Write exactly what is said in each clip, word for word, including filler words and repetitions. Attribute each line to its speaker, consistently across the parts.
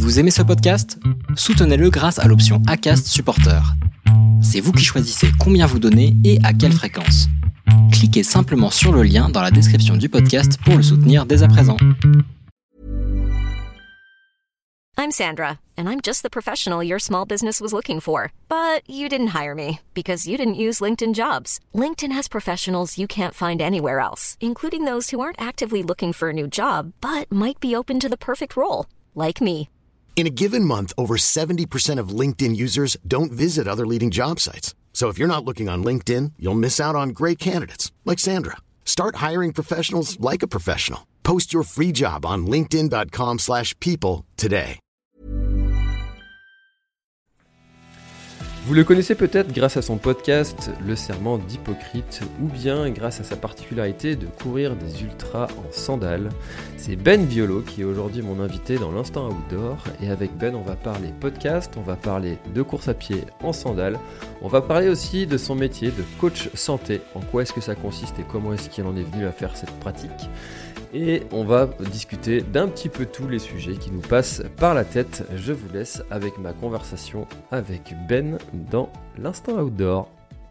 Speaker 1: Vous aimez ce podcast ? Soutenez-le grâce à l'option Acast Supporter. C'est vous qui choisissez combien vous donnez et à quelle fréquence. Cliquez simplement sur le lien dans la description du podcast pour le soutenir dès à présent.
Speaker 2: I'm Sandra, and I'm just the professional your small business was looking for. But you didn't hire me because you didn't use LinkedIn Jobs. LinkedIn has professionals you can't find anywhere else, including those who aren't actively looking for a new job, but might be open to the perfect role, like me.
Speaker 3: In a given month, over seventy percent of LinkedIn users don't visit other leading job sites. So if you're not looking on LinkedIn, you'll miss out on great candidates like Sandra. Start hiring professionals like a professional. Post your free job on linkedin.com slash people today.
Speaker 4: Vous le connaissez peut-être grâce à son podcast Le Serment d'Hypocrite ou bien grâce à sa particularité de courir des ultras en sandales. C'est Ben Violo qui est aujourd'hui mon invité dans l'Instant Outdoor et avec Ben on va parler podcast, on va parler de course à pied en sandales, on va parler aussi de son métier de coach santé, en quoi est-ce que ça consiste et comment est-ce qu'il en est venu à faire cette pratique. Et on va discuter d'un petit peu tous les sujets qui nous passent par la tête. Je vous laisse avec ma conversation avec Ben dans l'Instant Outdoor.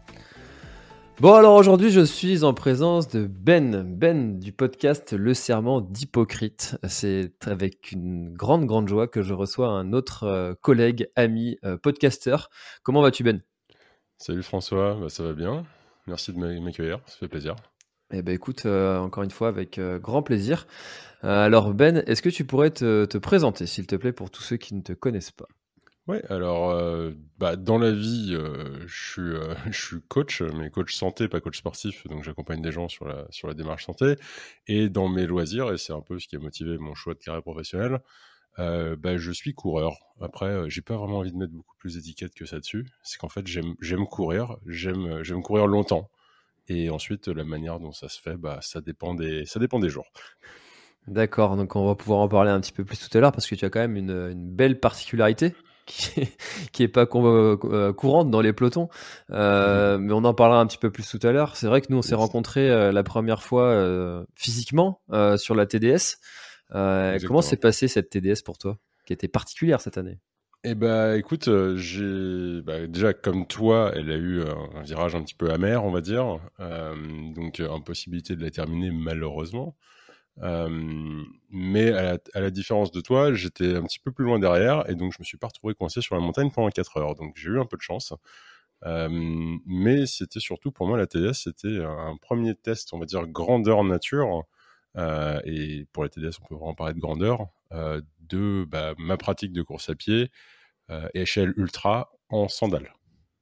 Speaker 4: Bon alors aujourd'hui je suis en présence de Ben, Ben du podcast Le Serment d'Hypocrite. C'est avec une grande grande joie que je reçois un autre euh, collègue, ami, euh, podcasteur. Comment vas-tu Ben ?
Speaker 5: Salut François, bah, ça va bien. Merci de m'accueillir, ça fait plaisir.
Speaker 4: Eh ben écoute, euh, encore une fois avec euh, grand plaisir. Euh, alors Ben, est-ce que tu pourrais te, te présenter s'il te plaît pour tous ceux qui ne te connaissent pas ?
Speaker 5: Ouais, alors euh, bah, dans la vie, euh, je, suis, euh, je suis coach, mais coach santé, pas coach sportif, donc j'accompagne des gens sur la, sur la démarche santé. Et dans mes loisirs, et c'est un peu ce qui a motivé mon choix de carrière professionnelle, euh, bah, je suis coureur. Après, euh, j'ai pas vraiment envie de mettre beaucoup plus d'étiquettes que ça dessus. C'est qu'en fait, j'aime, j'aime courir, j'aime, j'aime courir longtemps. Et ensuite, la manière dont ça se fait, bah, ça dépend des, ça dépend des jours.
Speaker 4: D'accord, donc on va pouvoir en parler un petit peu plus tout à l'heure parce que tu as quand même une, une belle particularité qui est, qui est pas cou- euh, courante dans les pelotons, euh, mais on en parlera un petit peu plus tout à l'heure. C'est vrai que nous on s'est rencontrés euh, la première fois euh, physiquement euh, sur la T D S. Euh, comment s'est passée cette T D S pour toi, qui était particulière cette année ?
Speaker 5: Eh bah écoute, euh, j'ai bah, déjà comme toi, elle a eu un, un virage un petit peu amer, on va dire, euh, donc euh, impossibilité de la terminer malheureusement. Euh, mais à la, à la différence de toi, j'étais un petit peu plus loin derrière et donc je me suis pas retrouvé coincé sur la montagne pendant quatre heures. Donc j'ai eu un peu de chance, euh, mais c'était surtout pour moi la T D S, c'était un premier test, on va dire grandeur nature. Euh, et pour la T D S, on peut vraiment parler de grandeur, euh, de bah, ma pratique de course à pied, euh, échelle ultra en sandales.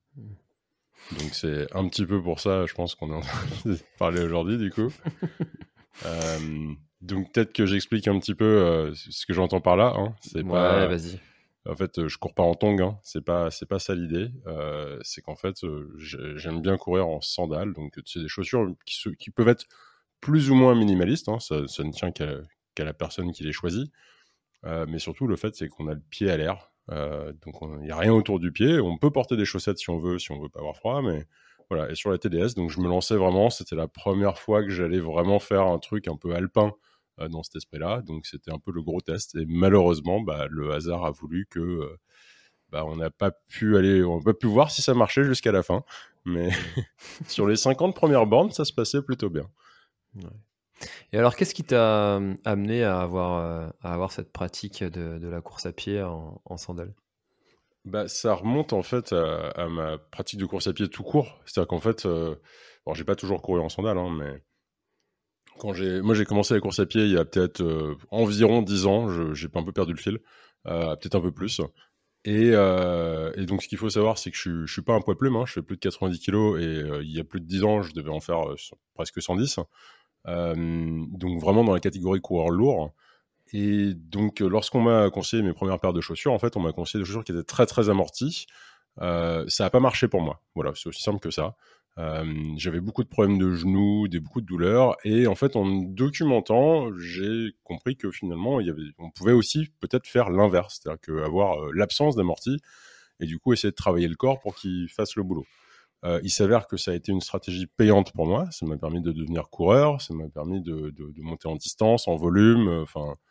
Speaker 5: Donc c'est un petit peu pour ça, je pense qu'on est en train de parler aujourd'hui du coup. euh, donc peut-être que j'explique un petit peu euh, ce que j'entends par là. Hein. C'est
Speaker 4: ouais,
Speaker 5: pas...
Speaker 4: vas-y.
Speaker 5: En fait, je cours pas en tongs, hein. c'est pas c'est pas ça l'idée. Euh, c'est qu'en fait, euh, j'aime bien courir en sandales, donc c'est des chaussures qui, se, qui peuvent être plus ou moins minimalistes. Hein. Ça, ça ne tient qu'à, qu'à la personne qui les choisit, euh, mais surtout le fait c'est qu'on a le pied à l'air, euh, donc il y a rien autour du pied. On peut porter des chaussettes si on veut, si on veut pas avoir froid, mais voilà. Et sur la T D S, donc je me lançais vraiment. C'était la première fois que j'allais vraiment faire un truc un peu alpin. Dans cet esprit-là, donc c'était un peu le gros test et malheureusement bah, le hasard a voulu que euh, bah, on n'a pas pu aller, on n'a pas pu voir si ça marchait jusqu'à la fin, mais sur les cinquante premières bornes ça se passait plutôt bien.
Speaker 4: Ouais. Et alors qu'est-ce qui t'a amené à avoir, à avoir cette pratique de, de la course à pied en, en sandales ?
Speaker 5: Bah, ça remonte en fait à, à ma pratique de course à pied tout court, c'est-à-dire qu'en fait euh, bon, j'ai pas toujours couru en sandales, hein, mais Quand j'ai, moi j'ai commencé la course à pied il y a peut-être euh, environ dix ans, je, j'ai un peu perdu le fil, euh, peut-être un peu plus. Et, euh, et donc ce qu'il faut savoir, c'est que je suis, je suis pas un poids plume, hein, je fais plus de quatre-vingt-dix kilos et euh, il y a plus de dix ans, je devais en faire euh, presque cent dix. Euh, donc vraiment dans la catégorie coureur lourd. Et donc euh, lorsqu'on m'a conseillé mes premières paires de chaussures, en fait on m'a conseillé des chaussures qui étaient très très amorties. Euh, ça n'a pas marché pour moi. Voilà, c'est aussi simple que ça. Euh, j'avais beaucoup de problèmes de genoux, des beaucoup de douleurs, et en fait, en me documentant, j'ai compris que finalement, il y avait, on pouvait aussi peut-être faire l'inverse, c'est-à-dire que avoir euh, l'absence d'amorti, et du coup essayer de travailler le corps pour qu'il fasse le boulot. Euh, il s'avère que ça a été une stratégie payante pour moi. Ça m'a permis de devenir coureur, ça m'a permis de, de, de monter en distance, en volume, enfin. Euh,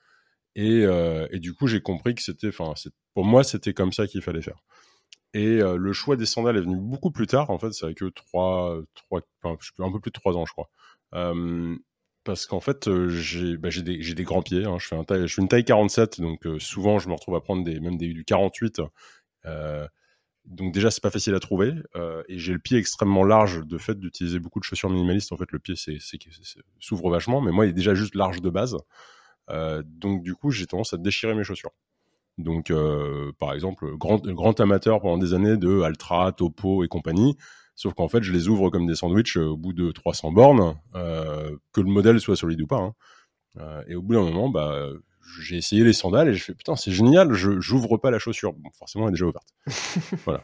Speaker 5: Et, euh, et du coup, j'ai compris que c'était, enfin, c'est, pour moi, c'était comme ça qu'il fallait faire. Et euh, le choix des sandales est venu beaucoup plus tard. En fait, c'est avec eux trois, trois, enfin, je sais plus, un peu plus de trois ans, je crois. Euh, parce qu'en fait, euh, j'ai, bah, j'ai des, j'ai des grands pieds. Hein. Je fais un taille, je fais une taille quarante-sept, donc euh, souvent, je me retrouve à prendre des, même des, du quarante-huit. Euh, donc déjà, c'est pas facile à trouver. Euh, et j'ai le pied extrêmement large de fait d'utiliser beaucoup de chaussures minimalistes. En fait, le pied, c'est, c'est, c'est, c'est s'ouvre vachement, mais moi, il est déjà juste large de base. Euh, donc du coup, j'ai tendance à déchirer mes chaussures. Donc, euh, par exemple, grand, grand amateur pendant des années de Altra, Topo et compagnie. Sauf qu'en fait, je les ouvre comme des sandwichs au bout de trois cents bornes, euh, que le modèle soit solide ou pas. Hein. Euh, et au bout d'un moment, bah, j'ai essayé les sandales et j'ai fait putain, c'est génial, je j'ouvre pas la chaussure. Bon, forcément, elle est déjà ouverte. Voilà.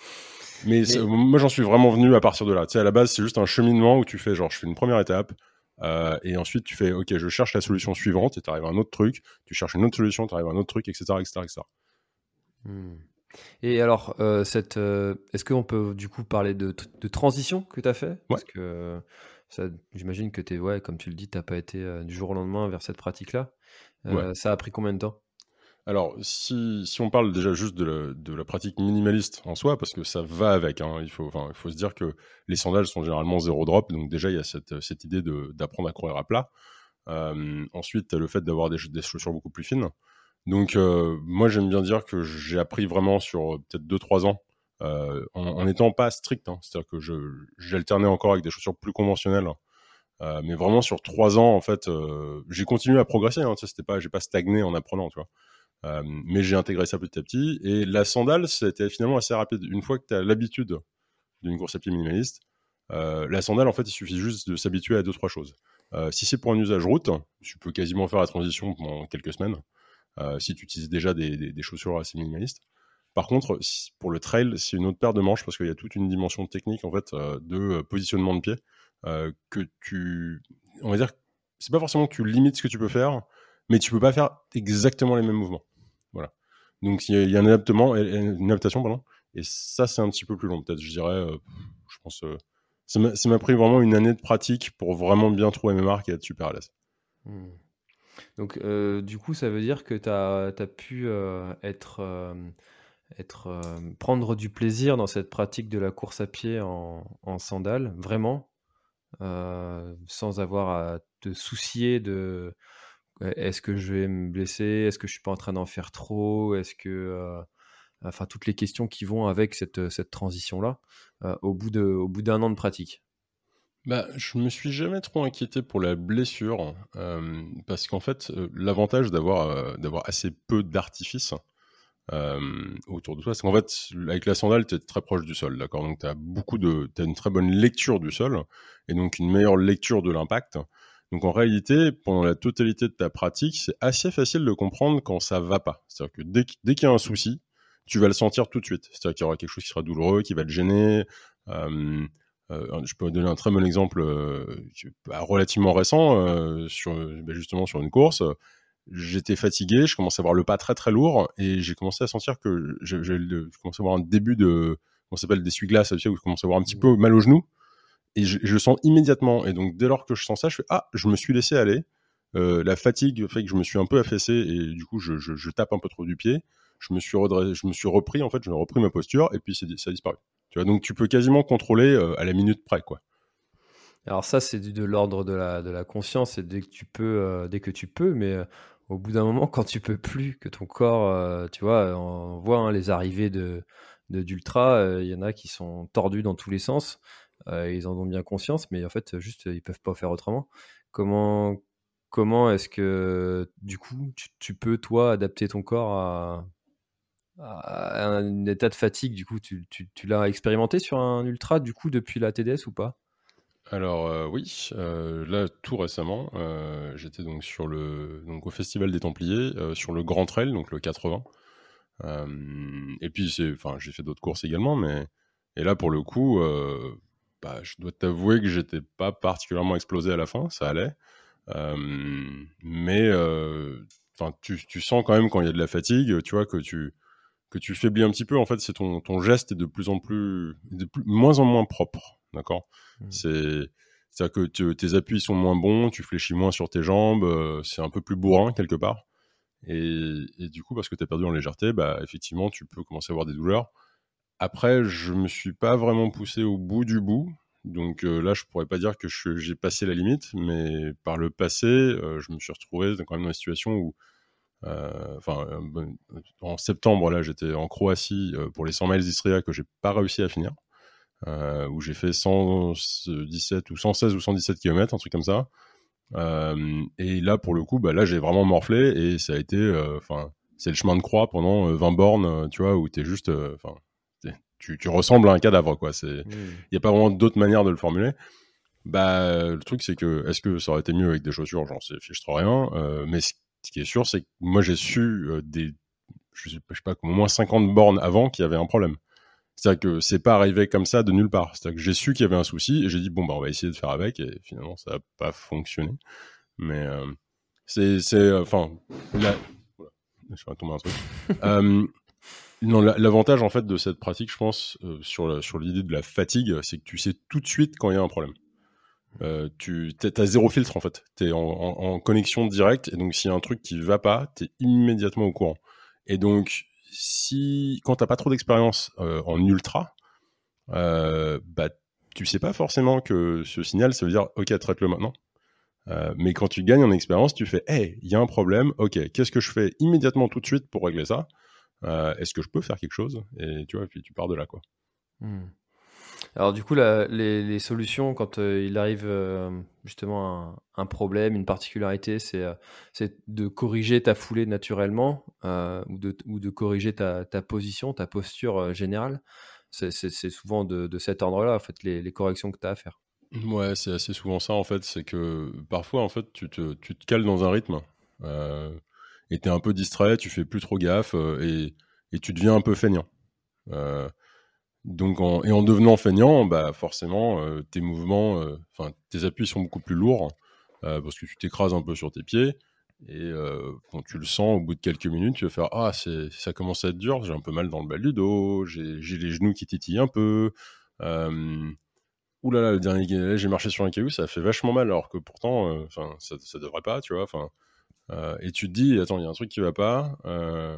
Speaker 5: Mais, Mais... moi, j'en suis vraiment venu à partir de là. Tu sais, à la base, c'est juste un cheminement où tu fais genre, je fais une première étape. Euh, et ensuite, tu fais, ok, je cherche la solution suivante, et tu arrives à un autre truc, tu cherches une autre solution, tu arrives à un autre truc, et cetera, et cetera, et cetera.
Speaker 4: Hmm. Et alors, euh, cette, euh, est-ce qu'on peut du coup parler de, de transition que tu as fait ? Parce
Speaker 5: ouais.
Speaker 4: que ça, j'imagine que tu es, ouais, comme tu le dis, tu n'as pas été euh, du jour au lendemain vers cette pratique-là. Euh,
Speaker 5: ouais.
Speaker 4: Ça a pris combien de temps ?
Speaker 5: Alors, si, si on parle déjà juste de la, de la pratique minimaliste en soi, parce que ça va avec, hein, il, faut, enfin, il faut se dire que les sandales sont généralement zéro drop, donc déjà il y a cette, cette idée de, d'apprendre à courir à plat. Euh, ensuite, tu as le fait d'avoir des, des chaussures beaucoup plus fines. Donc, euh, moi j'aime bien dire que j'ai appris vraiment sur peut-être deux trois ans, euh, en, en étant pas strict, hein, c'est-à-dire que je, j'alternais encore avec des chaussures plus conventionnelles. Euh, mais vraiment sur trois ans, en fait, euh, j'ai continué à progresser. Hein, tu sais, c'était pas, j'ai pas stagné en apprenant, tu vois. Euh, mais j'ai intégré ça petit à petit. Et la sandale, c'était finalement assez rapide. Une fois que tu as l'habitude d'une course à pied minimaliste, euh, la sandale, en fait, il suffit juste de s'habituer à deux, trois choses. Euh, si c'est pour un usage route, tu peux quasiment faire la transition pendant quelques semaines, euh, si tu utilises déjà des, des, des chaussures assez minimalistes. Par contre, pour le trail, c'est une autre paire de manches parce qu'il y a toute une dimension technique, en fait, euh, de positionnement de pied, euh, que tu... On va dire, c'est pas forcément que tu limites ce que tu peux faire, mais tu peux pas faire exactement les mêmes mouvements. Voilà. Donc il y, y a un adaptement, une adaptation, pardon, et ça c'est un petit peu plus long, peut-être, je dirais. Euh, je pense, euh, ça, m'a, ça m'a pris vraiment une année de pratique pour vraiment bien trouver mes marques et être super à l'aise.
Speaker 4: Hmm. Donc euh, du coup, ça veut dire que tu as pu euh, être, euh, être euh, prendre du plaisir dans cette pratique de la course à pied en, en sandales, vraiment, euh, sans avoir à te soucier de est-ce que je vais me blesser, est-ce que je suis pas en train d'en faire trop, est-ce que euh, enfin toutes les questions qui vont avec cette, cette transition-là, euh, au bout de, au bout d'un an de pratique.
Speaker 5: Bah, je me suis jamais trop inquiété pour la blessure, euh, parce qu'en fait, euh, l'avantage d'avoir, euh, d'avoir assez peu d'artifice euh, autour de toi, c'est qu'en fait, avec la sandale, tu es très proche du sol, d'accord ? Donc, tu as beaucoup de, t'as une très bonne lecture du sol, et donc une meilleure lecture de l'impact. Donc, en réalité, pendant la totalité de ta pratique, c'est assez facile de comprendre quand ça va pas. C'est-à-dire que dès, dès qu'il y a un souci, tu vas le sentir tout de suite. C'est-à-dire qu'il y aura quelque chose qui sera douloureux, qui va te gêner. Euh, euh, je peux vous donner un très bon exemple euh, relativement récent, euh, sur, ben justement sur une course. J'étais fatigué, je commençais à avoir le pas très très lourd et j'ai commencé à sentir que je, je, je commençais à avoir un début de, comment ça s'appelle, d'essuie-glace, tu sais, où je commençais à avoir un petit peu mal au genou. Et je, je le sens immédiatement. Et donc, dès lors que je sens ça, je fais « Ah, je me suis laissé aller. Euh, » La fatigue fait que je me suis un peu affaissé et du coup, je, je, je tape un peu trop du pied. Je me suis redressé, je me suis repris, en fait, je me repris ma posture et puis c'est, ça a disparu. Tu vois, donc tu peux quasiment contrôler euh, à la minute près, quoi.
Speaker 4: Alors ça, c'est de l'ordre de la, de la conscience et dès que tu peux, euh, dès que tu peux, mais euh, au bout d'un moment, quand tu peux plus, que ton corps, euh, tu vois, on voit hein, les arrivées de, de d'ultra, il euh, y en a qui sont tordus dans tous les sens, euh, ils en ont bien conscience, mais en fait, juste, ils peuvent pas faire autrement. Comment, comment est-ce que, du coup, tu, tu peux, toi, adapter ton corps à, à un état de fatigue? Du coup, tu, tu, tu l'as expérimenté sur un ultra, du coup, depuis la T D S ou pas?
Speaker 5: Alors euh, oui, euh, là tout récemment, euh, j'étais donc sur le donc au Festival des Templiers, euh, sur le Grand Trail, donc le quatre-vingts. Euh, et puis c'est, enfin j'ai fait d'autres courses également, mais et là pour le coup, euh, bah, je dois t'avouer que j'étais pas particulièrement explosé à la fin, ça allait, euh, mais enfin euh, tu, tu sens quand même quand il y a de la fatigue, tu vois que tu que tu faiblis un petit peu. En fait, c'est ton ton geste est de plus en plus, de plus moins en moins propre. D'accord, mmh. c'est c'est-à-dire que te, tes appuis sont moins bons, tu fléchis moins sur tes jambes, euh, c'est un peu plus bourrin quelque part. Et, et du coup, parce que tu as perdu en légèreté, bah, effectivement, tu peux commencer à avoir des douleurs. Après, je me suis pas vraiment poussé au bout du bout. Donc euh, là, je pourrais pas dire que je, j'ai passé la limite, mais par le passé, euh, je me suis retrouvé quand même dans une situation où, enfin, euh, bon, en septembre, là, j'étais en Croatie euh, pour les cent miles d'Istria que j'ai pas réussi à finir, euh, où j'ai fait cent dix-sept ou cent seize ou cent dix-sept kilomètres, un truc comme ça. Euh, et là, pour le coup, bah là, j'ai vraiment morflé et ça a été, enfin, euh, c'est le chemin de croix pendant euh, vingt bornes, euh, tu vois, où t'es juste, enfin. Euh, Tu, tu ressembles à un cadavre, quoi. Il n'y mmh. a pas vraiment d'autre manière de le formuler. Bah, le truc, c'est que, est-ce que ça aurait été mieux avec des chaussures? J'en sais fiche trop rien. Euh, mais ce, ce qui est sûr, c'est que moi, j'ai su, euh, des, je sais, je sais pas, au moins cinquante bornes avant qu'il y avait un problème. C'est-à-dire que c'est pas arrivé comme ça de nulle part. C'est-à-dire que j'ai su qu'il y avait un souci et j'ai dit, bon, bah, on va essayer de faire avec. Et finalement, ça n'a pas fonctionné. Mais euh, c'est, c'est, enfin, là, voilà, je vais tomber un truc. euh, Non, l'avantage en fait de cette pratique, je pense, euh, sur, la, sur l'idée de la fatigue, c'est que tu sais tout de suite quand il y a un problème. Euh, tu as zéro filtre en fait. Tu es en, en, en connexion directe et donc s'il y a un truc qui va pas, tu es immédiatement au courant. Et donc, si, quand tu n'as pas trop d'expérience euh, en ultra, euh, bah, tu sais pas forcément que ce signal, ça veut dire ok, traite-le maintenant. Euh, mais quand tu gagnes en expérience, tu fais hey, il y a un problème, ok, qu'est-ce que je fais immédiatement tout de suite pour régler ça? Euh, est-ce que je peux faire quelque chose? Et tu vois, puis tu pars de là, quoi.
Speaker 4: Mmh. Alors du coup, la, les, les solutions, quand euh, il arrive euh, justement un, un problème, une particularité, c'est, euh, c'est de corriger ta foulée naturellement euh, ou, de, ou de corriger ta, ta position, ta posture euh, générale. C'est, c'est, c'est souvent de, de cet ordre-là, en fait, les, les corrections que tu as à faire.
Speaker 5: Ouais, c'est assez souvent ça, en fait. C'est que parfois, en fait, tu te, tu te cales dans un rythme euh, et t'es un peu distrait, tu fais plus trop gaffe euh, et, et tu deviens un peu feignant. Euh, donc, en, et en devenant feignant, bah forcément, euh, tes mouvements, enfin, euh, tes appuis sont beaucoup plus lourds euh, parce que tu t'écrases un peu sur tes pieds. Et euh, quand tu le sens, au bout de quelques minutes, tu vas faire ah, c'est, ça commence à être dur. J'ai un peu mal dans le bas du dos, j'ai, j'ai les genoux qui titillent un peu. Euh, Ouh là là, le dernier, j'ai marché sur un caillou, ça fait vachement mal, alors que pourtant, enfin, euh, ça, ça devrait pas, tu vois. Enfin, euh, et tu te dis, attends, il y a un truc qui va pas. Euh...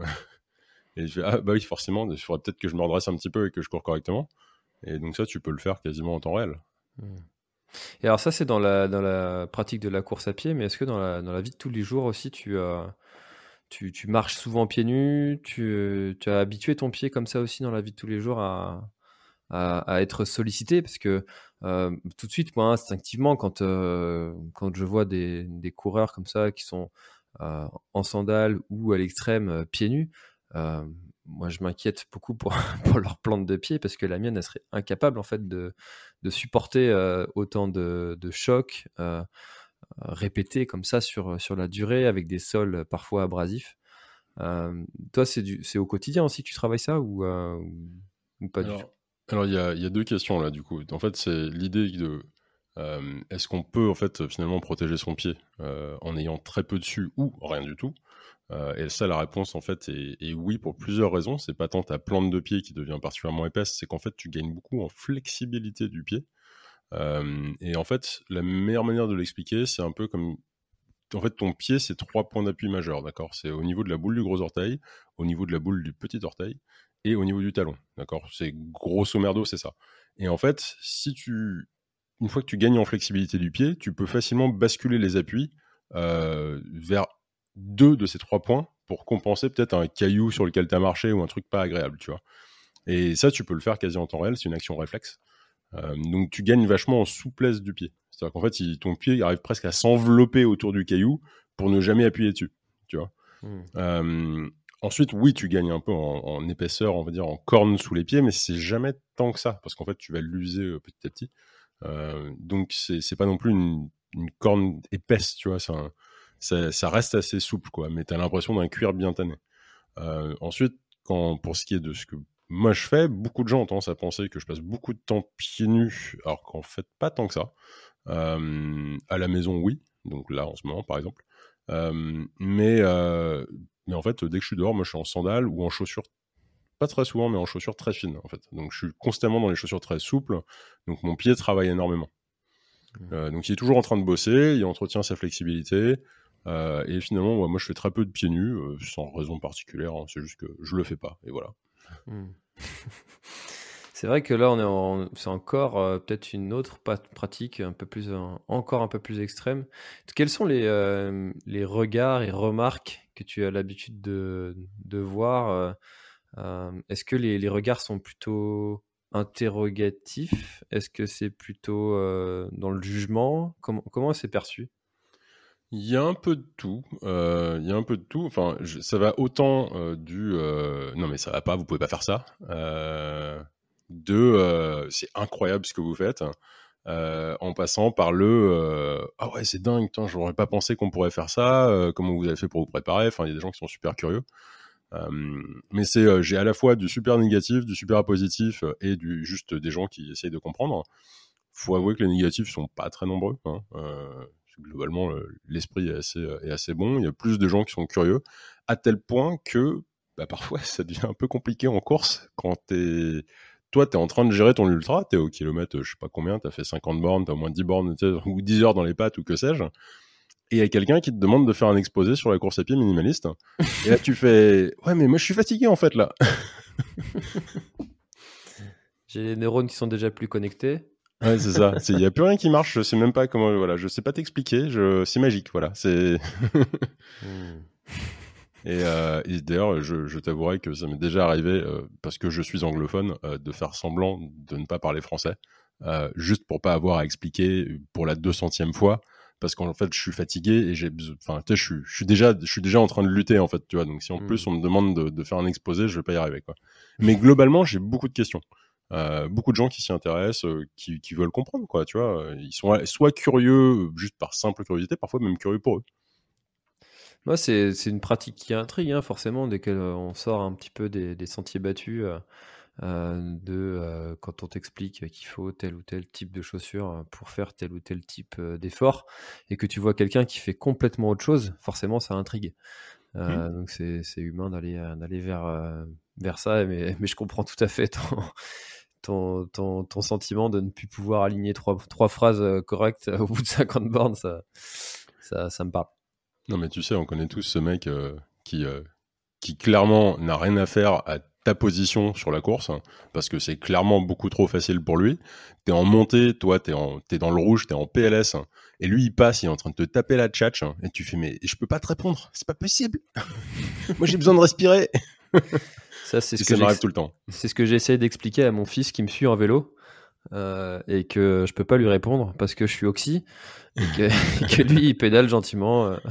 Speaker 5: Et je fais, ah bah oui, forcément, il faudrait peut-être que je me redresse un petit peu et que je cours correctement. Et donc ça, tu peux le faire quasiment en temps réel.
Speaker 4: Mmh. Et alors ça, c'est dans la, dans la pratique de la course à pied, mais est-ce que dans la, dans la vie de tous les jours aussi, tu, euh, tu, tu marches souvent pieds nus, tu, tu as habitué ton pied comme ça aussi dans la vie de tous les jours à, à, à être sollicité? Parce que euh, tout de suite, moi, instinctivement, quand, euh, quand je vois des, des coureurs comme ça qui sont euh, en sandales ou à l'extrême euh, pieds nus, euh, moi, je m'inquiète beaucoup pour, pour leur plante de pied parce que la mienne, elle serait incapable en fait de, de supporter euh, autant de, de chocs euh, répétés comme ça sur, sur la durée avec des sols parfois abrasifs. Euh, toi, c'est, du, c'est au quotidien aussi que tu travailles ça ou, euh, ou, ou pas
Speaker 5: alors,
Speaker 4: du tout?
Speaker 5: Alors, il y a, y a deux questions là, du coup. En fait, c'est l'idée de euh, est-ce qu'on peut en fait finalement protéger son pied euh, en ayant très peu dessus ou rien du tout? Euh, et ça, la réponse, en fait, est, est oui pour plusieurs raisons. C'est pas tant ta plante de pied qui devient particulièrement épaisse, c'est qu'en fait, tu gagnes beaucoup en flexibilité du pied. Euh, et en fait, la meilleure manière de l'expliquer, c'est un peu comme... En fait, ton pied, c'est trois points d'appui majeurs, d'accord? C'est au niveau de la boule du gros orteil, au niveau de la boule du petit orteil et au niveau du talon, d'accord? C'est grosso merdo, c'est ça. Et en fait, si tu... une fois que tu gagnes en flexibilité du pied, tu peux facilement basculer les appuis euh, vers deux de ces trois points pour compenser peut-être un caillou sur lequel tu as marché ou un truc pas agréable, tu vois. Et ça, tu peux le faire quasi en temps réel, c'est une action réflexe. Euh, donc tu gagnes vachement en souplesse du pied. C'est-à-dire qu'en fait, il, ton pied il arrive presque à s'envelopper autour du caillou pour ne jamais appuyer dessus, tu vois. Mmh. Euh, ensuite, oui, tu gagnes un peu en, en épaisseur, on va dire en corne sous les pieds, mais c'est jamais tant que ça, parce qu'en fait, tu vas l'user euh, petit à petit. Euh, donc c'est, c'est pas non plus une, une corne épaisse, tu vois. C'est un, ça, ça reste assez souple, quoi, mais t'as l'impression d'un cuir bien tanné. Euh, ensuite, quand, pour ce qui est de ce que moi je fais, beaucoup de gens ont tendance à penser que je passe beaucoup de temps pieds nus, alors qu'en fait, pas tant que ça. Euh, à la maison, oui. Donc là, en ce moment, par exemple. Euh, mais, euh, mais en fait, dès que je suis dehors, moi, je suis en sandales ou en chaussures. Pas très souvent, mais en chaussures très fines, en fait. Donc, je suis constamment dans les chaussures très souples. Donc, mon pied travaille énormément. Mmh. Euh, donc, il est toujours en train de bosser. Il entretient sa flexibilité. Euh, et finalement, ouais, moi, je fais très peu de pieds nus, euh, sans raison particulière. Hein, c'est juste que je le fais pas. Et voilà.
Speaker 4: Mmh. C'est vrai que là, on est en... c'est encore euh, peut-être une autre pa- pratique un peu plus, un- encore un peu plus extrême. Quels sont les, euh, les regards et remarques que tu as l'habitude de, de voir euh, euh, Est-ce que les, les regards sont plutôt interrogatifs? Est-ce que c'est plutôt euh, dans le jugement? Comment, comment c'est perçu?
Speaker 5: Il y a un peu de tout. euh, Il y a un peu de tout. Enfin, je- ça va autant euh, du euh, non mais ça va pas, vous pouvez pas faire ça. Euh, de euh, c'est incroyable ce que vous faites. Euh, en passant par le euh, ah ouais c'est dingue, putain, j'aurais pas pensé qu'on pourrait faire ça. euh, comment vous avez fait pour vous préparer? Enfin, il y a des gens qui sont super curieux. Euh, mais c'est euh, j'ai à la fois du super négatif, du super positif euh, et du juste des gens qui essayent de comprendre. Faut avouer que les négatifs sont pas très nombreux. Hein. Euh, globalement, le- l'esprit est assez, est assez bon. Il y a plus de gens qui sont curieux, à tel point que bah, parfois ça devient un peu compliqué en course quand t'es. Toi, t'es en train de gérer ton ultra, t'es au kilomètre, je sais pas combien, t'as fait cinquante bornes, t'as au moins dix bornes, ou dix heures dans les pattes, ou que sais-je. Et il y a quelqu'un qui te demande de faire un exposé sur la course à pied minimaliste. Et là, tu fais, ouais, mais moi, je suis fatigué, en fait, là.
Speaker 4: J'ai les neurones qui sont déjà plus connectés.
Speaker 5: Ouais, c'est ça. Il n'y a plus rien qui marche. Je sais même pas comment. Voilà, je sais pas t'expliquer. Je... C'est magique. Voilà. C'est.
Speaker 4: Mmh.
Speaker 5: et, euh, et d'ailleurs, je, je t'avouerai que ça m'est déjà arrivé, euh, parce que je suis anglophone, euh, de faire semblant de ne pas parler français, euh, juste pour pas avoir à expliquer pour la deux centième fois, parce qu'en fait, je suis fatigué et j'ai besoin. Enfin, tu sais, je suis, je suis déjà, je suis déjà en train de lutter, en fait. Tu vois. Donc, si en
Speaker 4: Mmh.
Speaker 5: plus on me demande de, de faire un exposé, je vais pas y arriver, quoi. Mais globalement, j'ai beaucoup de questions. Euh, beaucoup de gens qui s'y intéressent, euh, qui, qui veulent comprendre, quoi, tu vois. Ils sont soit curieux, juste par simple curiosité, parfois même curieux pour eux.
Speaker 4: Moi, c'est, c'est une pratique qui intrigue, hein, forcément, dès qu'on sort un petit peu des, des sentiers battus, euh, euh, de euh, quand on t'explique qu'il faut tel ou tel type de chaussures pour faire tel ou tel type euh, d'effort, et que tu vois quelqu'un qui fait complètement autre chose, forcément, ça intrigue. Euh,
Speaker 5: Mmh.
Speaker 4: Donc, c'est, c'est humain d'aller, euh, d'aller vers, euh, vers ça, mais, mais je comprends tout à fait ton, ton, ton, ton sentiment de ne plus pouvoir aligner trois, trois phrases euh, correctes au bout de cinquante bornes, ça, ça, ça me parle.
Speaker 5: Non, mais tu sais, on connaît tous ce mec euh, qui, euh, qui clairement n'a rien à faire à ta position sur la course, hein, parce que c'est clairement beaucoup trop facile pour lui. T'es en montée, toi, t'es, en, t'es dans le rouge, t'es en P L S, hein, et lui, il passe, il est en train de te taper la tchatch, hein, et tu fais, mais je peux pas te répondre, c'est pas possible. Moi, j'ai besoin de respirer.
Speaker 4: Ça, c'est ce
Speaker 5: Et
Speaker 4: que
Speaker 5: ça m'arrive
Speaker 4: j'ex-
Speaker 5: tout le temps.
Speaker 4: c'est ce que j'essaie d'expliquer à mon fils qui me suit en vélo, euh, et que je peux pas lui répondre parce que je suis oxy, et que, et que lui il pédale gentiment. euh.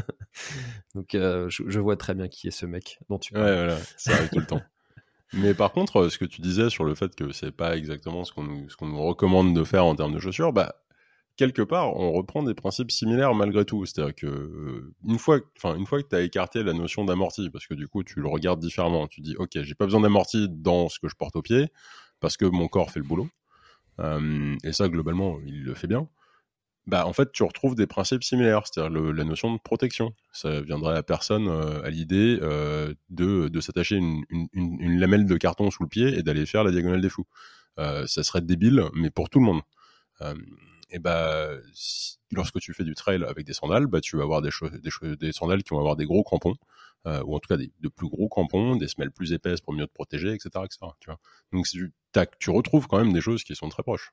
Speaker 4: Donc euh, je, je vois très bien qui est ce mec dont tu
Speaker 5: Ouais,
Speaker 4: parles.
Speaker 5: voilà, ça arrive tout le temps. Mais par contre, euh, ce que tu disais sur le fait que c'est pas exactement ce qu'on nous, ce qu'on nous recommande de faire en termes de chaussures, bah, quelque part, on reprend des principes similaires malgré tout. C'est-à-dire que, euh, une fois, enfin, une fois que tu as écarté la notion d'amorti, parce que du coup, tu le regardes différemment, tu dis, ok, j'ai pas besoin d'amorti dans ce que je porte au pied, parce que mon corps fait le boulot. Euh, et ça, globalement, il le fait bien. Bah, en fait, tu retrouves des principes similaires, c'est-à-dire le, la notion de protection. Ça viendrait à la personne, euh, à l'idée euh, de, de s'attacher une, une, une, une lamelle de carton sous le pied et d'aller faire la diagonale des fous. Euh, ça serait débile, mais pour tout le monde. Euh, et bah, si, lorsque tu fais du trail avec des sandales, bah, tu vas avoir des, cho- des, cho- des sandales qui vont avoir des gros crampons, euh, ou en tout cas des, de plus gros crampons, des semelles plus épaisses pour mieux te protéger, et cetera, et cetera. Tu vois. Donc tu, tu retrouves quand même des choses qui sont très proches.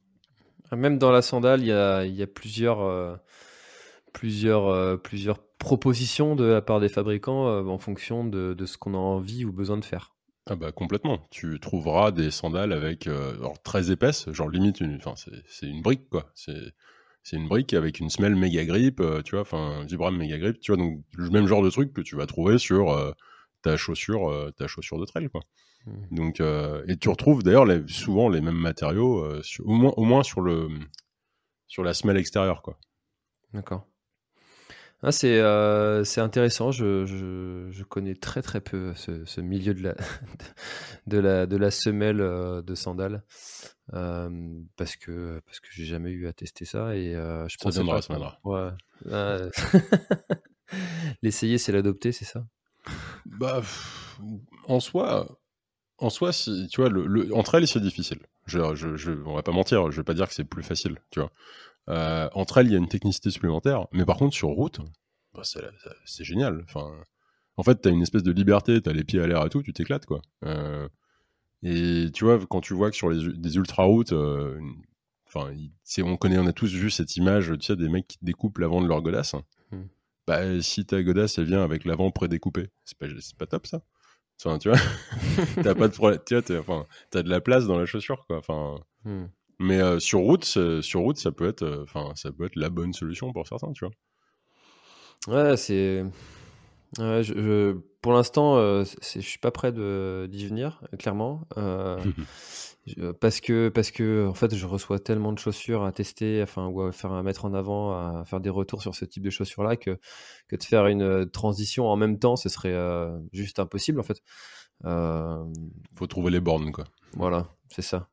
Speaker 4: Même dans la sandale, il y a, il y a plusieurs, euh, plusieurs, euh, plusieurs propositions de la part des fabricants euh, en fonction de, de ce qu'on a envie ou besoin de faire.
Speaker 5: Ah bah complètement. Tu trouveras des sandales avec euh, alors, très épaisses, genre limite une, enfin c'est c'est une brique quoi. C'est c'est une brique avec une semelle méga grip, euh, tu vois, enfin Vibram méga grip, tu vois, donc le même genre de truc que tu vas trouver sur euh, ta chaussure, euh, ta chaussure de trail quoi.
Speaker 4: Mmh.
Speaker 5: Donc euh, et tu retrouves d'ailleurs les, souvent les mêmes matériaux, euh, sur, au moins au moins sur le sur la semelle extérieure quoi.
Speaker 4: D'accord. Ah, c'est euh, c'est intéressant. Je, je, je connais très très peu ce, ce milieu de la, de la, de la semelle euh, de sandales, euh, parce que, parce que j'ai jamais eu à tester ça, et euh, je
Speaker 5: Ça
Speaker 4: pensais
Speaker 5: viendra,
Speaker 4: pas
Speaker 5: ça
Speaker 4: qu'on-
Speaker 5: viendra.
Speaker 4: Ouais. Euh, L'essayer, c'est l'adopter, c'est ça?
Speaker 5: Bah pff, en soi. En soi, si, tu vois, le, le, entre elles, c'est difficile. Je, je, je, on va pas mentir, je vais pas dire que c'est plus facile, tu vois. Euh, entre elles, il y a une technicité supplémentaire, mais par contre, sur route, bah, c'est, c'est génial. Enfin, en fait, t'as une espèce de liberté, t'as les pieds à l'air et tout, tu t'éclates, quoi. Euh, et tu vois, quand tu vois que sur les, des ultra-routes, euh, enfin, on connaît, on a tous vu cette image, tu sais, des mecs qui découpent l'avant de leur godasse. Mmh. Bah, si ta godasse, elle vient avec l'avant prédécoupé, c'est pas, c'est pas top, ça. Enfin, tu vois, t'as pas de problème, tu vois, t'as, enfin, t'as de la place dans la chaussure, quoi. Enfin, mmh. Mais euh, sur route, sur route, ça peut être, enfin, euh, ça peut être la bonne solution pour certains, tu
Speaker 4: vois. Ouais, c'est, ouais, je, je... pour l'instant, euh, c'est... je suis pas prêt de... d'y venir, clairement, euh, je... parce que, parce que, en fait, je reçois tellement de chaussures à tester, enfin, ou à faire, à mettre en avant, à faire des retours sur ce type de chaussures-là, que que de faire une transition en même temps, ce serait euh, juste impossible, en fait.
Speaker 5: Euh... Faut trouver les bornes, quoi.
Speaker 4: Voilà, c'est ça.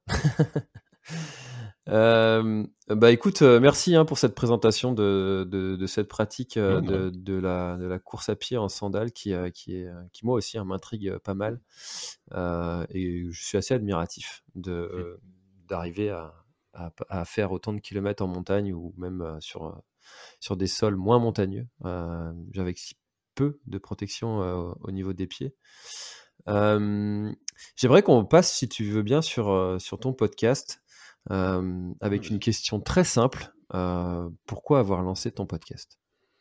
Speaker 4: euh, bah écoute, euh, merci hein, pour cette présentation de, de, de cette pratique euh, ouais, de, de, la, de la course à pied en sandales qui, euh, qui, est, qui moi aussi hein, m'intrigue pas mal. Euh, et je suis assez admiratif de, euh, d'arriver à, à, à faire autant de kilomètres en montagne ou même euh, sur, sur des sols moins montagneux, euh, avec si peu de protection euh, au niveau des pieds. Euh, j'aimerais qu'on passe, si tu veux bien, sur, euh, sur ton podcast euh, avec une question très simple. Euh, pourquoi avoir lancé ton podcast ?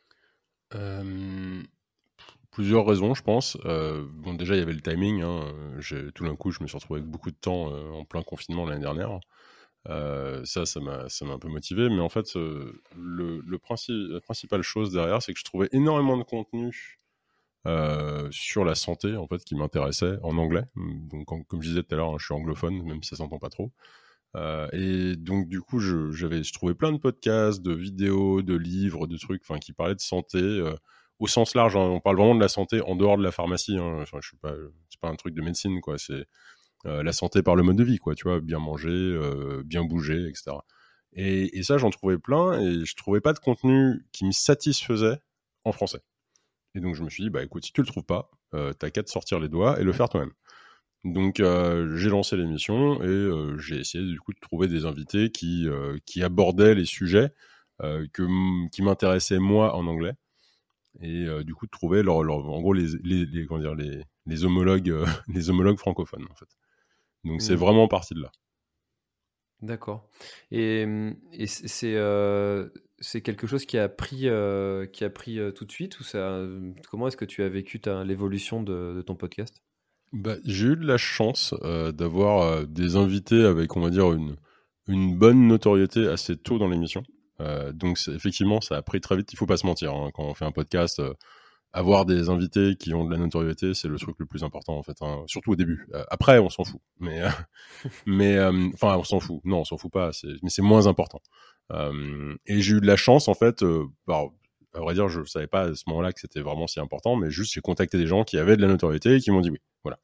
Speaker 5: euh, Plusieurs raisons, je pense. Euh, bon, déjà, il y avait le timing. Hein. J'ai, tout d'un coup, je me suis retrouvé avec beaucoup de temps euh, en plein confinement l'année dernière. Euh, ça, ça m'a, ça m'a un peu motivé. Mais en fait, euh, le, le principe, la principale chose derrière, c'est que je trouvais énormément de contenu Euh, sur la santé en fait qui m'intéressait en anglais. Donc comme, comme je disais tout à l'heure, hein, je suis anglophone, même si ça s'entend pas trop. Euh, et donc du coup, je, j'avais, je trouvais plein de podcasts, de vidéos, de livres, de trucs, enfin qui parlaient de santé euh, au sens large. Hein, on parle vraiment de la santé en dehors de la pharmacie. Hein, enfin, je suis pas, c'est pas un truc de médecine quoi. C'est euh, la santé par le mode de vie quoi. Tu vois, bien manger, euh, bien bouger, et cetera. Et, et ça, j'en trouvais plein et je trouvais pas de contenu qui me satisfaisait en français. Et donc, je me suis dit, bah écoute, si tu le trouves pas, euh, t'as qu'à te sortir les doigts et le faire toi-même. Donc, euh, j'ai lancé l'émission et euh, j'ai essayé du coup de trouver des invités qui, euh, qui abordaient les sujets euh, que, qui m'intéressaient moi en anglais. Et euh, du coup, de trouver leur, leur, en gros les, les, les, comment dire, les, les, homologues, euh, les homologues francophones, en fait. Donc, mmh. c'est vraiment parti de là.
Speaker 4: D'accord. Et, et c'est, euh, c'est quelque chose qui a pris, euh, qui a pris euh, tout de suite ou ça, comment est-ce que tu as vécu ta, l'évolution de, de ton podcast ?
Speaker 5: Bah, j'ai eu de la chance euh, d'avoir euh, des invités avec, on va dire, une, une bonne notoriété assez tôt dans l'émission. Euh, donc, c'est, effectivement, ça a pris très vite. Il faut pas se mentir. Hein, quand on fait un podcast, euh, avoir des invités qui ont de la notoriété, c'est le truc le plus important, en fait. Hein, surtout au début. Euh, après, on s'en fout. Mais, euh, mais, enfin, euh, on s'en fout. Non, on s'en fout pas. C'est, mais c'est moins important. Euh, et j'ai eu de la chance, en fait. Euh, par, à vrai dire, je savais pas à ce moment-là que c'était vraiment si important, mais juste j'ai contacté des gens qui avaient de la notoriété et qui m'ont dit oui. Voilà.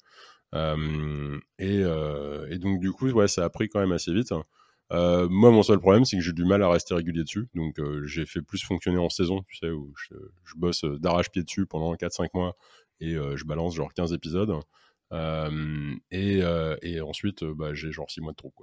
Speaker 5: Euh, et, euh, et donc du coup, ouais, ça a pris quand même assez vite. Euh, moi, mon seul problème, c'est que j'ai du mal à rester régulier dessus. Donc, euh, j'ai fait plus fonctionner en saison, tu sais, où je, je bosse d'arrache-pied dessus pendant quatre cinq mois et euh, je balance genre quinze épisodes. Euh, et, euh, et ensuite, euh, bah, j'ai genre six mois de trou, quoi.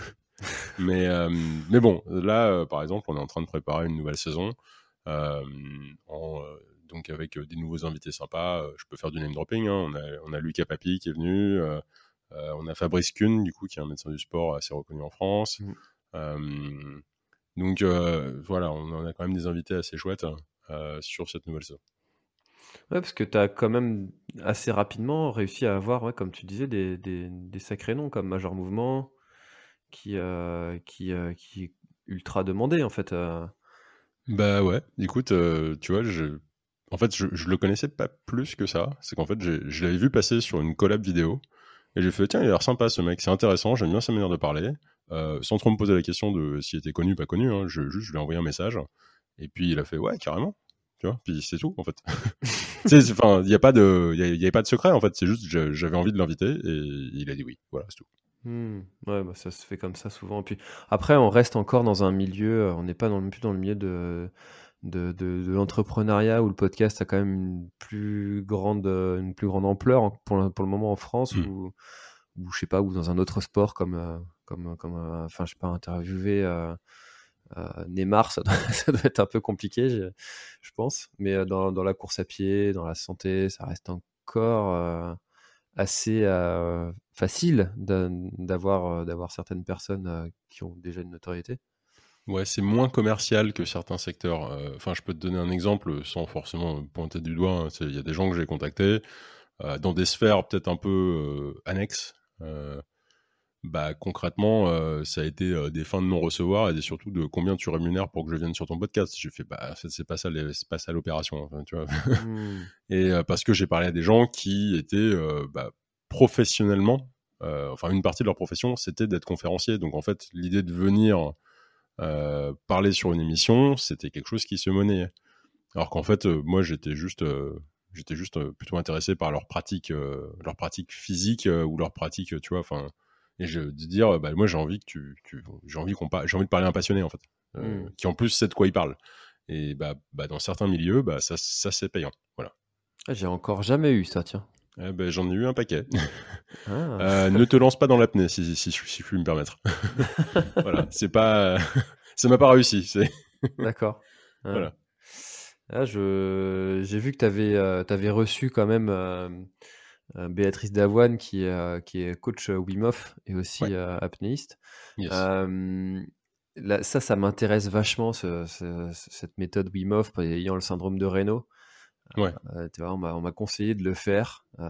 Speaker 5: mais, euh, mais bon, là, euh, par exemple, on est en train de préparer une nouvelle saison. Euh, en, euh, donc avec euh, des nouveaux invités sympas, euh, je peux faire du name dropping. Hein. On a, on a Lucas Papi qui est venu. Euh, Euh, on a Fabrice Kuhn, du coup, qui est un médecin du sport assez reconnu en France. Mmh. Euh, donc, euh, voilà, on, on a quand même des invités assez chouettes euh, sur cette nouvelle saison.
Speaker 4: Ouais, parce que tu as quand même assez rapidement réussi à avoir, ouais, comme tu disais, des, des, des sacrés noms comme Major Mouvement, qui, euh, qui, euh, qui est ultra demandé, en fait. Euh...
Speaker 5: Bah ouais, écoute, euh, tu vois, je... en fait, je, je le connaissais pas plus que ça. C'est qu'en fait, j'ai, je l'avais vu passer sur une collab vidéo. Et j'ai fait, tiens, il a l'air sympa ce mec, c'est intéressant, j'aime bien sa manière de parler. Euh, sans trop me poser la question de s'il était connu ou pas connu, hein, je, juste je lui ai envoyé un message. Et puis il a fait, ouais, carrément. Tu vois, puis c'est tout, en fait. Tu sais, enfin, il n'y a pas de, il y, y avait pas de secret, en fait. C'est juste, j'avais envie de l'inviter et il a dit oui. Voilà, c'est tout.
Speaker 4: Mmh, ouais, bah ça se fait comme ça souvent. Et puis après, on reste encore dans un milieu, on n'est pas non plus dans le milieu de. De, de, de l'entrepreneuriat où le podcast a quand même une plus grande, une plus grande ampleur pour le, pour le moment en France, mmh. ou, ou je sais pas, ou dans un autre sport comme, comme, comme enfin, je sais pas, interviewer euh, Euh, Neymar, ça doit, ça doit être un peu compliqué, je, je pense. Mais dans, dans la course à pied, dans la santé, ça reste encore euh, assez euh, facile de, d'avoir, d'avoir certaines personnes euh, qui ont déjà une notoriété.
Speaker 5: Ouais, c'est moins commercial que certains secteurs. Enfin, euh, je peux te donner un exemple sans forcément pointer du doigt. Il y a des gens que j'ai contactés euh, dans des sphères peut-être un peu euh, annexes. Euh, bah, concrètement, euh, ça a été euh, des fins de non-recevoir et surtout de combien tu rémunères pour que je vienne sur ton podcast. J'ai fait, bah, c'est pas ça, les, c'est pas ça l'opération. Enfin, tu vois. Mmh. Et euh, parce que j'ai parlé à des gens qui étaient euh, bah, professionnellement, euh, enfin, une partie de leur profession, c'était d'être conférencier. Donc, en fait, l'idée de venir euh, parler sur une émission, c'était quelque chose qui se monnayait. Alors qu'en fait, euh, moi, j'étais juste, euh, j'étais juste euh, plutôt intéressé par leur pratique, euh, leur pratique physique euh, ou leur pratique, tu vois, enfin. Et je de dire, bah, moi j'ai envie que tu, tu j'ai envie qu'on par... j'ai envie de parler à un passionné en fait, euh, mm. qui en plus sait de quoi il parle. Et bah, bah dans certains milieux, bah ça, ça c'est payant, voilà.
Speaker 4: Ah, j'ai encore jamais eu ça, tiens.
Speaker 5: Eh ben, j'en ai eu un paquet. Ah. euh, ne te lance pas dans l'apnée si, si, si, si je puis me permettre. Voilà, c'est pas, ça m'a pas réussi. C'est...
Speaker 4: D'accord.
Speaker 5: Ah. Voilà.
Speaker 4: Ah, je, j'ai vu que tu avais, euh, t'avais reçu quand même. Euh... Béatrice Davoine qui, euh, qui est coach Wim Hof et aussi ouais. euh, apnéiste. Yes. Euh, là, ça, ça m'intéresse vachement, ce, ce, cette méthode Wim Hof, ayant le syndrome de Raynaud.
Speaker 5: Ouais.
Speaker 4: Euh, tu vois, on, m'a, on m'a conseillé de le faire. Euh,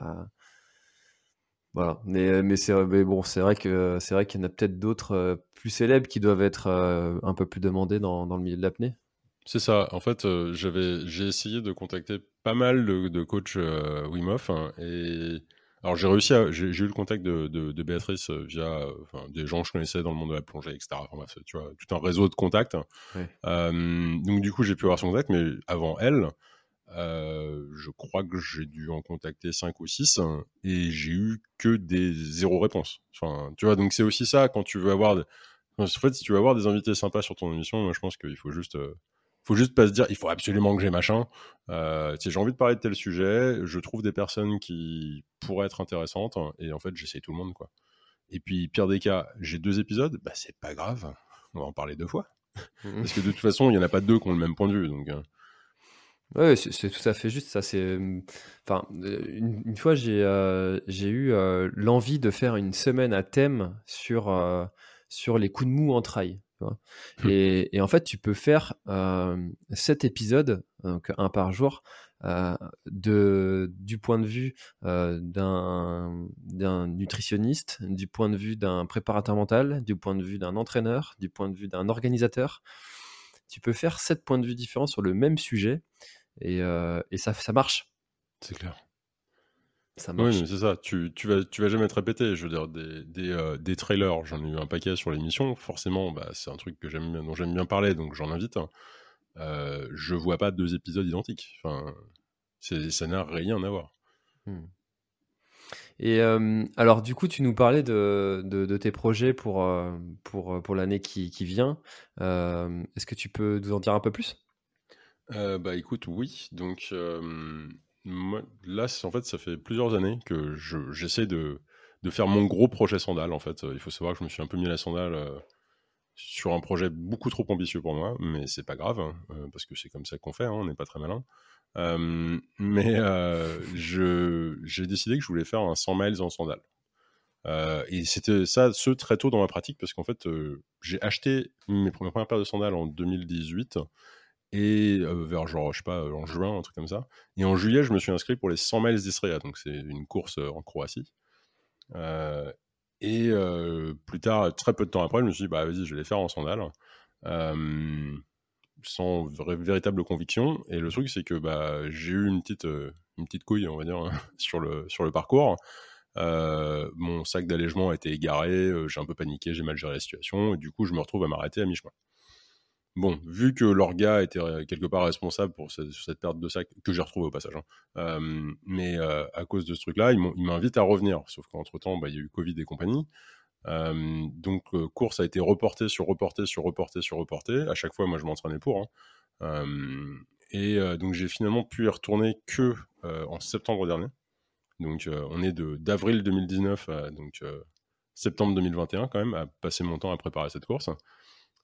Speaker 4: voilà. Mais, mais, c'est, mais bon, c'est vrai, que, c'est vrai qu'il y en a peut-être d'autres euh, plus célèbres qui doivent être euh, un peu plus demandés dans, dans le milieu de l'apnée.
Speaker 5: C'est ça. En fait, euh, j'avais, j'ai essayé de contacter pas mal de, de coachs euh, Wim Hof. Hein, et alors, j'ai réussi à, j'ai, j'ai eu le contact de, de, de Béatrice via enfin, des gens que je connaissais dans le monde de la plongée, et cetera. Enfin, bref, tu vois, tout un réseau de contacts. Ouais. Euh, donc, du coup, j'ai pu avoir son contact, mais avant elle, euh, je crois que j'ai dû en contacter cinq ou six hein, et j'ai eu que des zéro réponse. Enfin, tu vois, donc c'est aussi ça quand tu veux avoir. En fait, si tu veux avoir des invités sympas sur ton émission, moi, je pense qu'il faut juste. Euh, faut juste pas se dire il faut absolument que j'ai machin. Euh, j'ai envie de parler de tel sujet, je trouve des personnes qui pourraient être intéressantes et en fait j'essaye tout le monde quoi. Et puis pire des cas, j'ai deux épisodes, bah c'est pas grave, on va en parler deux fois mmh. Parce que de toute façon il y en a pas deux qui ont le même point de vue donc. Euh...
Speaker 4: Ouais, c'est, c'est tout à fait juste ça. C'est, enfin, une, une fois j'ai euh, j'ai eu euh, l'envie de faire une semaine à thème sur euh, sur les coups de mou en trail. Et, et en fait, tu peux faire euh, sept épisodes, donc un par jour, euh, de, du point de vue euh, d'un, d'un nutritionniste, du point de vue d'un préparateur mental, du point de vue d'un entraîneur, du point de vue d'un organisateur. Tu peux faire sept points de vue différents sur le même sujet et, euh, et ça, ça marche.
Speaker 5: C'est clair.
Speaker 4: Ça marche.
Speaker 5: Oui, mais c'est ça. Tu, tu, vas, tu vas jamais te répéter. Je veux dire, des, des, euh, des trailers, j'en ai eu un paquet sur l'émission. Forcément, bah, c'est un truc que j'aime bien, dont j'aime bien parler, donc j'en invite. Hein. Euh, je vois pas deux épisodes identiques. Enfin, c'est, ça n'a rien à voir.
Speaker 4: Hmm. Et euh, alors, du coup, tu nous parlais de, de, de tes projets pour, euh, pour, pour l'année qui, qui vient. Euh, est-ce que tu peux nous en dire un peu plus ?
Speaker 5: euh, Bah, écoute, oui. Donc. Euh... Moi, là, en fait, ça fait plusieurs années que je, j'essaie de, de faire mon gros projet sandale. En fait, il faut savoir que je me suis un peu mis à la sandale euh, sur un projet beaucoup trop ambitieux pour moi, mais c'est pas grave hein, euh, parce que c'est comme ça qu'on fait. Hein, on n'est pas très malin. Euh, mais euh, je, j'ai décidé que je voulais faire un cent miles en sandales. Euh, et c'était ça, ce très tôt dans ma pratique, parce qu'en fait, euh, j'ai acheté mes premières paires de sandales en deux mille dix-huit. Et euh, vers genre, je sais pas, en juin, un truc comme ça. Et en juillet, je me suis inscrit pour les cent miles d'Istria, donc c'est une course en Croatie. Euh, et euh, plus tard, très peu de temps après, je me suis dit, bah vas-y, je vais les faire en sandales, euh, sans vra- véritable conviction. Et le truc, c'est que bah, j'ai eu une petite, euh, une petite couille, on va dire, sur le, sur le parcours. Euh, mon sac d'allègement a été égaré, euh, j'ai un peu paniqué, j'ai mal géré la situation, et du coup, je me retrouve à m'arrêter à mi-chemin. Bon, vu que l'orga était quelque part responsable pour cette, cette perte de sac, que j'ai retrouvé au passage, hein, euh, mais euh, à cause de ce truc-là, il, il m'invite à revenir. Sauf qu'entre-temps, bah, il y a eu Covid et compagnie. Euh, donc, euh, course a été reportée sur reportée sur reportée sur reportée. À chaque fois, moi, je m'entraînais pour. Hein. Euh, et euh, donc, j'ai finalement pu y retourner que euh, en septembre dernier. Donc, euh, on est de, d'avril deux mille dix-neuf à donc, euh, septembre deux mille vingt et un, quand même, à passer mon temps à préparer cette course.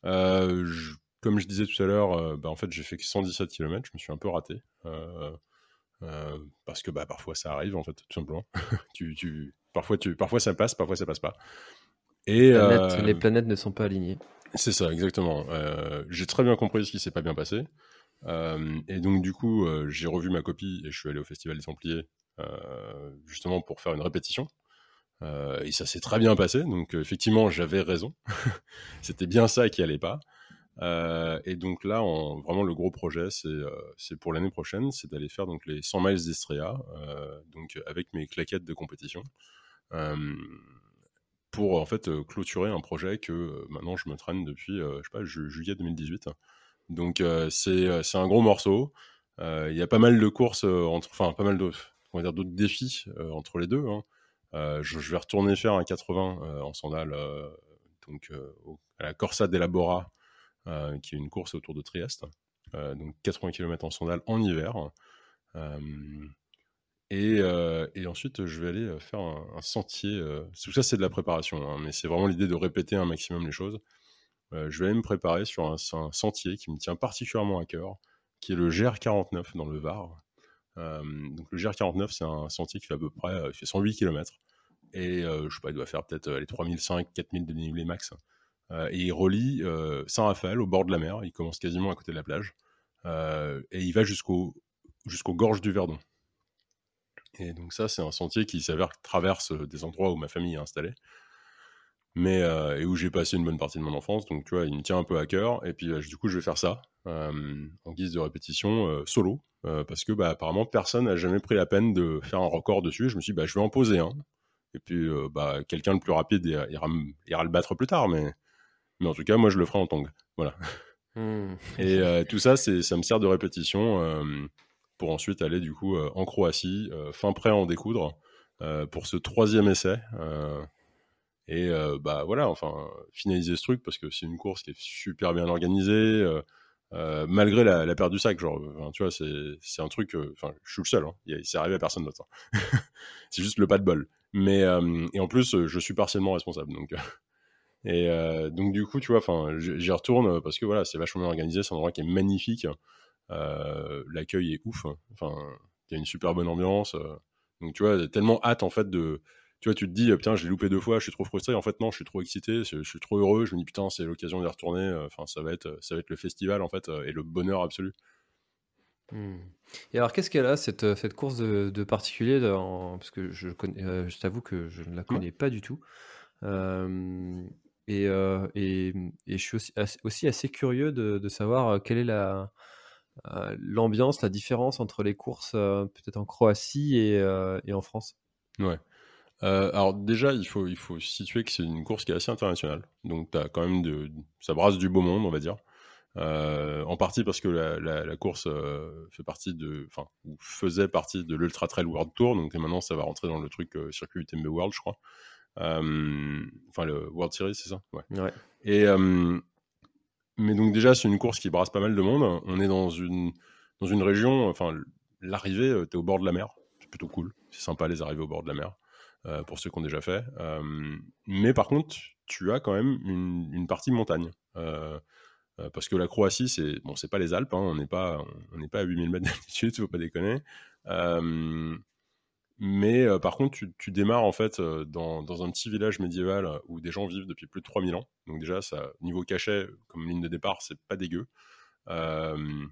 Speaker 5: Euh, je- Comme je disais tout à l'heure, euh, bah, en fait, j'ai fait que cent dix-sept kilomètres. Je me suis un peu raté. Euh, euh, parce que bah, parfois ça arrive, en fait, tout simplement. tu, tu, parfois, tu, parfois ça passe, parfois ça passe pas. Et
Speaker 4: Planète,
Speaker 5: euh,
Speaker 4: les planètes ne sont pas alignées.
Speaker 5: c'est ça, exactement. Euh, j'ai très bien compris ce qui s'est pas bien passé. Euh, et donc, du coup, euh, j'ai revu ma copie et je suis allé au Festival des Templiers, euh, justement pour faire une répétition. Euh, et ça s'est très bien passé. Donc, euh, effectivement, j'avais raison. C'était bien ça qui allait pas. Euh, et donc là, en, vraiment, le gros projet, c'est, euh, c'est pour l'année prochaine, c'est d'aller faire donc les cent miles d'Estria, euh, donc avec mes claquettes de compétition, euh, pour en fait euh, clôturer un projet que euh, maintenant je me traîne depuis, euh, je sais pas, ju- juillet deux mille dix-huit. Donc euh, c'est, euh, c'est un gros morceau. Euh, Il y a pas mal de courses, euh, entre, enfin pas mal de, on va dire d'autres défis euh, entre les deux. Hein. Euh, je, je vais retourner faire un quatre-vingts euh, en sandales, euh, donc euh, au- à la Corsa dell'Abora, euh, qui est une course autour de Trieste. Euh, donc quatre-vingts kilomètres en sandales en hiver. Euh, et, euh, et ensuite, je vais aller euh, faire un, un sentier. Euh, tout ça, c'est de la préparation, hein, mais c'est vraiment l'idée de répéter un maximum les choses. Euh, je vais aller me préparer sur un, un sentier qui me tient particulièrement à cœur, qui est le G R quarante-neuf dans le Var. Euh, donc le G R quarante-neuf, c'est un sentier qui fait à peu près euh, il fait cent huit kilomètres. Et euh, je sais pas, il doit faire peut-être euh, les trois mille cinq, quatre mille de dénivelé max. Euh, et il relie euh, Saint-Raphaël au bord de la mer. Il commence quasiment à côté de la plage. Euh, et il va jusqu'au, jusqu'aux gorges du Verdon. Et donc ça, c'est un sentier qui s'avère traverse des endroits où ma famille est installée, mais euh, et où j'ai passé une bonne partie de mon enfance. Donc tu vois, il me tient un peu à cœur. Et puis euh, du coup, je vais faire ça euh, en guise de répétition euh, solo, euh, parce que bah, apparemment personne n'a jamais pris la peine de faire un record dessus. Je me suis dit, bah, je vais en poser un. Et puis euh, bah, quelqu'un le plus rapide ira, ira, ira le battre plus tard, mais mais en tout cas, moi, je le ferai en tong. Voilà.
Speaker 4: Hmm.
Speaker 5: Et euh, tout ça, c'est, ça me sert de répétition euh, pour ensuite aller du coup euh, en Croatie, euh, fin prêt à en découdre, euh, pour ce troisième essai. Euh, et euh, bah voilà, enfin, finaliser ce truc parce que c'est une course qui est super bien organisée, euh, euh, malgré la, la perte du sac. Genre, enfin, tu vois, c'est, c'est un truc, enfin, je suis le seul, hein, il, c'est arrivé à personne d'autre. Hein. C'est juste le pas de bol. Mais, euh, et en plus, je suis partiellement responsable. Donc, et euh, donc du coup, tu vois, enfin, j'y retourne parce que voilà, c'est vachement bien organisé, c'est un endroit qui est magnifique, euh, l'accueil est ouf, enfin, il y a une super bonne ambiance, euh, donc tu vois, tellement hâte en fait de, tu vois, tu te dis putain, j'ai loupé deux fois, je suis trop frustré, en fait non, je suis trop excité, je, je suis trop heureux, je me dis putain, c'est l'occasion d'y retourner, enfin, ça va être, ça va être le festival en fait et le bonheur absolu.
Speaker 4: Hmm. Et alors, qu'est-ce qu'elle a cette, cette course de, de particulier dans... Parce que je, connais, euh, je t'avoue que je ne la connais ouais. pas du tout. Euh, et, euh, et, et je suis aussi assez, aussi assez curieux de, de savoir quelle est la, euh, l'ambiance, la différence entre les courses euh, peut-être en Croatie et, euh, et en France.
Speaker 5: Ouais. Euh, alors déjà, il faut, il faut situer que c'est une course qui est assez internationale. Donc t'as quand même de, ça brasse du beau monde, on va dire. Euh, en partie parce que la, la, la course euh, fait partie de, enfin, ou faisait partie de l'Ultra Trail World Tour, donc maintenant ça va rentrer dans le truc euh, circuit U T M B World, je crois. Euh, enfin, le World Series, c'est ça, ouais.
Speaker 4: Ouais.
Speaker 5: Et euh, mais donc déjà, c'est une course qui brasse pas mal de monde. On est dans une dans une région, enfin, l'arrivée, t'es au bord de la mer, c'est plutôt cool, c'est sympa les arrivées au bord de la mer. Euh, pour ceux qui ont déjà fait. Euh, mais par contre, tu as quand même une, une partie montagne. Euh, euh, parce que la Croatie, c'est bon, c'est pas les Alpes, hein, on n'est pas, on n'est pas à huit mille mètres d'altitude, faut pas déconner. Euh, mais euh, par contre, tu, tu démarres en fait euh, dans, dans un petit village médiéval où des gens vivent depuis plus de trois mille ans. Donc déjà, ça, niveau cachet, comme ligne de départ, c'est pas dégueu. Euh,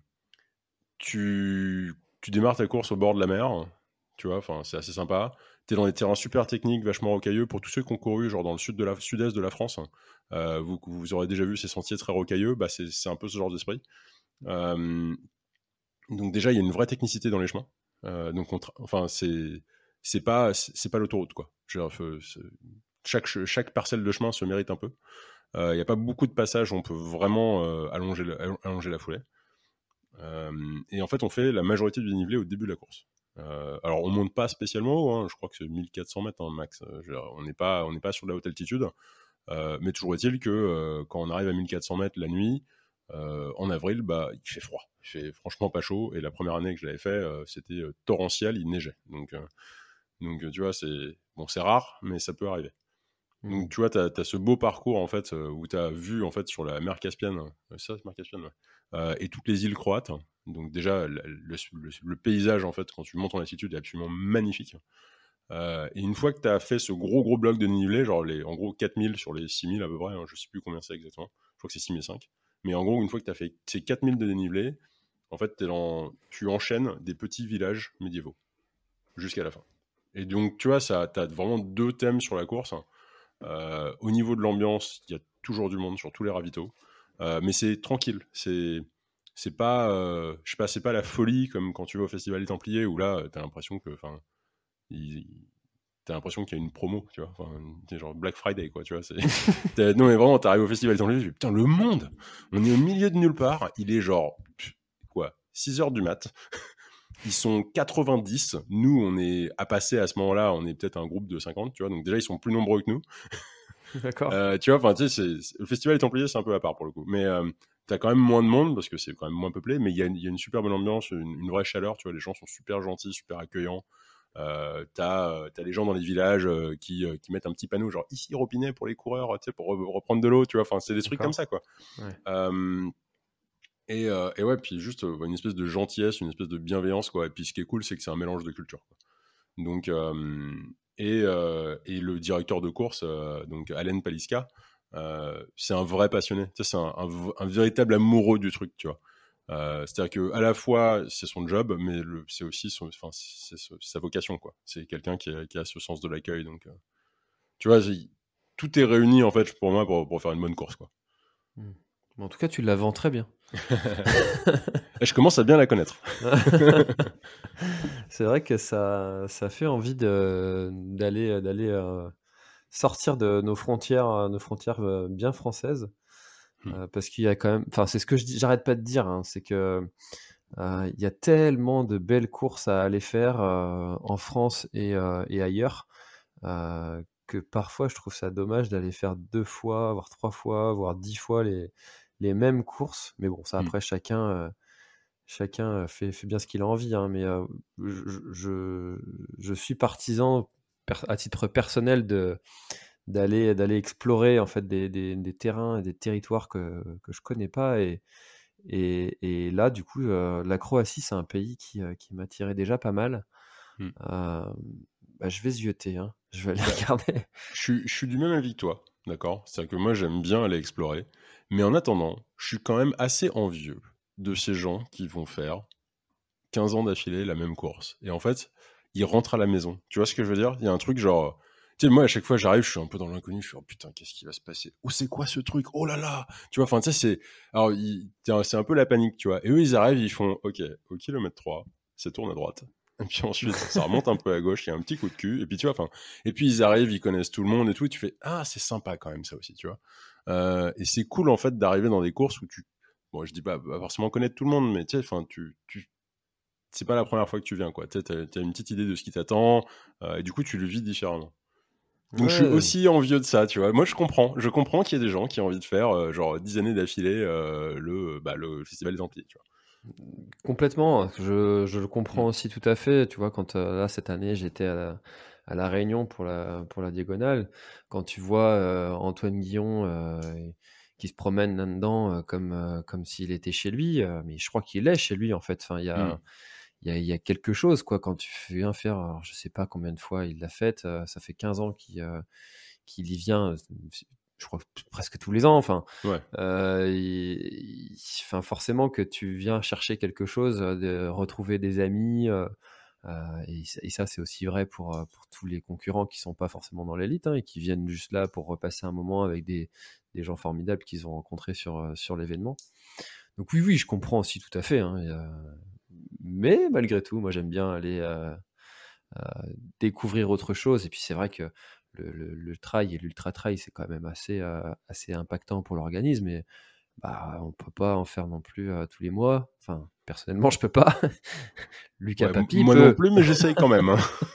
Speaker 5: tu, tu démarres ta course au bord de la mer, tu vois, enfin c'est assez sympa. T'es dans des terrains super techniques, vachement rocailleux. Pour tous ceux qui ont couru genre dans le sud de la, sud-est de la France, euh, vous, vous aurez déjà vu ces sentiers très rocailleux, bah c'est, c'est un peu ce genre d'esprit. Euh, donc déjà, il y a une vraie technicité dans les chemins. Euh, donc on tra- enfin c'est c'est pas c'est, c'est pas l'autoroute quoi. Je veux dire, c'est, chaque chaque parcelle de chemin se mérite un peu. Il euh, n'y a pas beaucoup de passages où on peut vraiment euh, allonger, le, allonger la foulée. Euh, et en fait, on fait la majorité du dénivelé au début de la course. Euh, alors, on monte pas spécialement haut, hein, je crois que c'est mille quatre cents mètres hein, max. Je, on n'est pas, on n'est pas sur de la haute altitude. Euh, mais toujours est-il que euh, quand on arrive à mille quatre cents mètres la nuit, euh, en avril, bah, il fait froid. Il fait franchement pas chaud. Et la première année que je l'avais fait, euh, c'était euh, torrentiel, il neigeait. Donc, euh, donc tu vois, c'est bon, c'est rare, mais ça peut arriver. Mmh. Donc, tu vois, tu as ce beau parcours, en fait, euh, où tu as vu, en fait, sur la mer Caspienne, euh, ça, c'est mer Caspienne, ouais, euh, et toutes les îles croates. Donc, déjà, le, le, le, le paysage, en fait, quand tu montes en altitude, est absolument magnifique. Euh, et une fois que tu as fait ce gros, gros bloc de dénivelé, genre, les, en gros, quatre mille sur les six mille à peu près, hein, je sais plus combien c'est exactement, je crois que c'est six mille cinq. Mais en gros, une fois que tu as fait ces quatre mille de dénivelé, en fait, t'es dans, tu enchaînes des petits villages médiévaux jusqu'à la fin. Et donc, tu vois, ça, t'as vraiment deux thèmes sur la course. Euh, au niveau de l'ambiance, il y a toujours du monde sur tous les ravitaux, euh, mais c'est tranquille. C'est, c'est pas, euh, je sais pas, c'est pas la folie comme quand tu vas au Festival des Templiers où là, t'as l'impression que, enfin, t'as l'impression qu'il y a une promo, tu vois, enfin, genre Black Friday, quoi, tu vois. C'est... non, mais vraiment, t'arrives au Festival des Templiers, tu dis, putain, le monde, on est au milieu de nulle part, il est genre, quoi, six heures du mat'. Ils sont quatre-vingt-dix. Nous, on est à passer à ce moment-là, on est peut-être un groupe de cinquante, tu vois. Donc déjà, ils sont plus nombreux que nous.
Speaker 4: D'accord.
Speaker 5: Euh, tu vois, enfin, tu sais, c'est, c'est... le Festival des Templiers, c'est un peu à part pour le coup. Mais euh, t'as quand même moins de monde parce que c'est quand même moins peuplé. Mais il y, y a une super bonne ambiance, une, une vraie chaleur. Tu vois, les gens sont super gentils, super accueillants. Euh, t'as, t'as les gens dans les villages euh, qui, euh, qui mettent un petit panneau, genre ici robinet pour les coureurs, tu sais, pour re- reprendre de l'eau. Tu vois, enfin, c'est des trucs
Speaker 4: D'accord.
Speaker 5: comme ça, quoi.
Speaker 4: Ouais.
Speaker 5: Euh, Et, euh, et ouais, puis juste euh, une espèce de gentillesse, une espèce de bienveillance, quoi. Et puis ce qui est cool, c'est que c'est un mélange de cultures, quoi. Donc, euh, et, euh, et le directeur de course, euh, donc Alen Paliska, euh, c'est un vrai passionné. Tu sais, c'est un, un, un véritable amoureux du truc, tu vois. Euh, c'est-à-dire que à la fois c'est son job, mais le, c'est aussi son, enfin, c'est, c'est sa vocation, quoi. C'est quelqu'un qui a, qui a ce sens de l'accueil. Donc, euh, tu vois, tout est réuni en fait pour moi pour, pour faire une bonne course, quoi.
Speaker 4: Mmh. En tout cas, tu la vends très bien.
Speaker 5: Je commence à bien la connaître.
Speaker 4: C'est vrai que ça, ça fait envie de, d'aller, d'aller euh, sortir de nos frontières, nos frontières euh, bien françaises,
Speaker 5: Hmm.
Speaker 4: euh, parce qu'il y a quand même, enfin, c'est ce que je dis, j'arrête pas de dire, hein, c'est que euh, il y a tellement de belles courses à aller faire euh, en France et, euh, et ailleurs. Euh, que parfois je trouve ça dommage d'aller faire deux fois, voire trois fois, voire dix fois les, les mêmes courses. Mais bon, ça
Speaker 5: Hmm.
Speaker 4: après chacun, euh, chacun fait, fait bien ce qu'il a envie. Hein, mais euh, je, je, je suis partisan per- à titre personnel de, d'aller, d'aller explorer en fait des, des, des terrains et des territoires que, que je connais pas. Et, et, et là, du coup, euh, la Croatie, c'est un pays qui, euh, qui m'attirait déjà pas mal.
Speaker 5: Hmm.
Speaker 4: Euh, bah, je vais zioter, hein. Je vais aller
Speaker 5: Bah,
Speaker 4: regarder.
Speaker 5: Je suis, je suis du même avis que toi, d'accord? C'est-à-dire que moi, j'aime bien aller explorer. Mais en attendant, je suis quand même assez envieux de ces gens qui vont faire quinze ans d'affilée la même course. Et en fait, ils rentrent à la maison. Tu vois ce que je veux dire? Il y a un truc genre... Tu sais, moi, à chaque fois, j'arrive, je suis un peu dans l'inconnu, je suis, oh putain, qu'est-ce qui va se passer? Oh, c'est quoi ce truc? Oh là là! Tu vois, enfin, tu sais, c'est... Alors, il- tiens, c'est un peu la panique, tu vois. Et eux, ils arrivent, ils font, ok, au kilomètre trois, ça tourne à droite. Et puis ensuite, ça remonte un peu à gauche, il y a un petit coup de cul, et puis tu vois, enfin... Et puis ils arrivent, ils connaissent tout le monde et tout, et tu fais, ah, c'est sympa quand même, ça aussi, tu vois. Euh, et c'est cool, en fait, d'arriver dans des courses où tu... Bon, je dis pas, pas forcément connaître tout le monde, mais tu sais, enfin, tu... tu c'est pas la première fois que tu viens, quoi. Tu as une petite idée de ce qui t'attend, euh, et du coup, tu le vis différemment. Donc,
Speaker 4: Ouais.
Speaker 5: je suis aussi envieux de ça, tu vois. Moi, je comprends. Je comprends qu'il y ait des gens qui ont envie de faire, euh, genre, dix années d'affilée, euh, le, bah, le Festival des Templiers, tu vois.
Speaker 4: Complètement, je, je le comprends
Speaker 5: Mm.
Speaker 4: aussi tout à fait. Tu vois, quand euh, là, cette année, j'étais à la, à la Réunion pour la, pour la Diagonale, quand tu vois euh, Antoine Guillon euh, qui se promène là-dedans euh, comme, euh, comme s'il était chez lui, euh, mais je crois qu'il est chez lui, en fait. Enfin, il y a,
Speaker 5: Mm.
Speaker 4: il y a, il y a quelque chose, quoi, quand tu viens faire, alors, je sais pas combien de fois il l'a fait, euh, ça fait quinze ans qu'il euh, qu'il y vient, euh, je crois presque tous les ans, enfin,
Speaker 5: Ouais.
Speaker 4: euh, il- il- enfin forcément que tu viens chercher quelque chose, euh, de retrouver des amis, euh, euh, et, ça- et ça c'est aussi vrai pour, euh, pour tous les concurrents qui sont pas forcément dans l'élite, hein, et qui viennent juste là pour repasser un moment avec des, des gens formidables qu'ils ont rencontrés sur, euh, sur l'événement. Donc oui, oui, je comprends aussi tout à fait, hein, et, euh, mais malgré tout, moi j'aime bien aller euh, euh, découvrir autre chose. Et puis c'est vrai que le, le, le trail et l'ultra trail, c'est quand même assez, euh, assez impactant pour l'organisme. Et bah, on peut pas en faire non plus euh, tous les mois. Enfin, personnellement, je peux pas. Lucas
Speaker 5: Ouais,
Speaker 4: Papi
Speaker 5: moi
Speaker 4: peut.
Speaker 5: non plus, mais j'essaye quand même. Hein.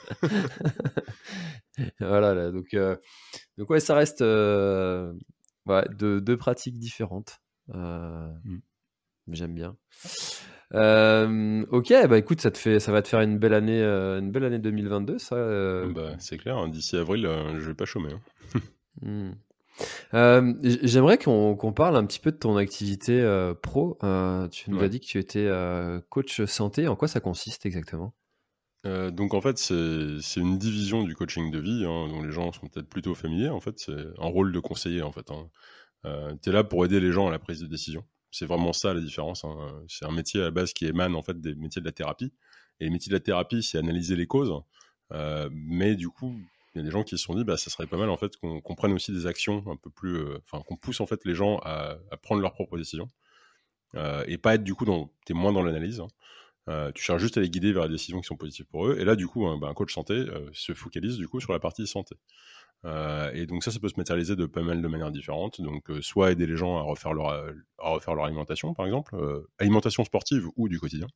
Speaker 4: Voilà, là, donc, euh, donc ouais, ça reste euh, ouais, deux, deux pratiques différentes. Euh,
Speaker 5: Mm.
Speaker 4: J'aime bien. Euh, ok, bah écoute, ça te fait, ça va te faire une belle année, euh, une belle année deux mille vingt-deux, ça. Euh,
Speaker 5: Bah, c'est clair, hein, d'ici avril, euh, je vais pas chômer. Hein.
Speaker 4: Mmh. Euh, j'aimerais qu'on, qu'on parle un petit peu de ton activité euh, pro. Euh, tu nous
Speaker 5: Ouais.
Speaker 4: as dit que tu étais euh, coach santé. En quoi ça consiste exactement?
Speaker 5: Euh, donc en fait, c'est c'est une division du coaching de vie, hein, dont les gens sont peut-être plutôt familiers. En fait, c'est un rôle de conseiller. En fait, hein. Euh, tu es là pour aider les gens à la prise de décision. C'est vraiment ça la différence, hein. C'est un métier à la base qui émane en fait des métiers de la thérapie. Et les métiers de la thérapie, c'est analyser les causes. Euh, mais du coup, il y a des gens qui se sont dit, bah, ça serait pas mal en fait qu'on, qu'on prenne aussi des actions un peu plus, euh, enfin, qu'on pousse en fait les gens à, à prendre leurs propres décisions euh, et pas être du coup dans, t'es moins dans l'analyse, hein. Euh, tu cherches juste à les guider vers les décisions qui sont positives pour eux. Et là, du coup, un, bah, un coach santé euh, se focalise du coup sur la partie santé. Euh, et donc ça, ça peut se matérialiser de pas mal de manières différentes. Donc euh, soit aider les gens à refaire leur, à refaire leur alimentation, par exemple, euh, alimentation sportive ou du quotidien,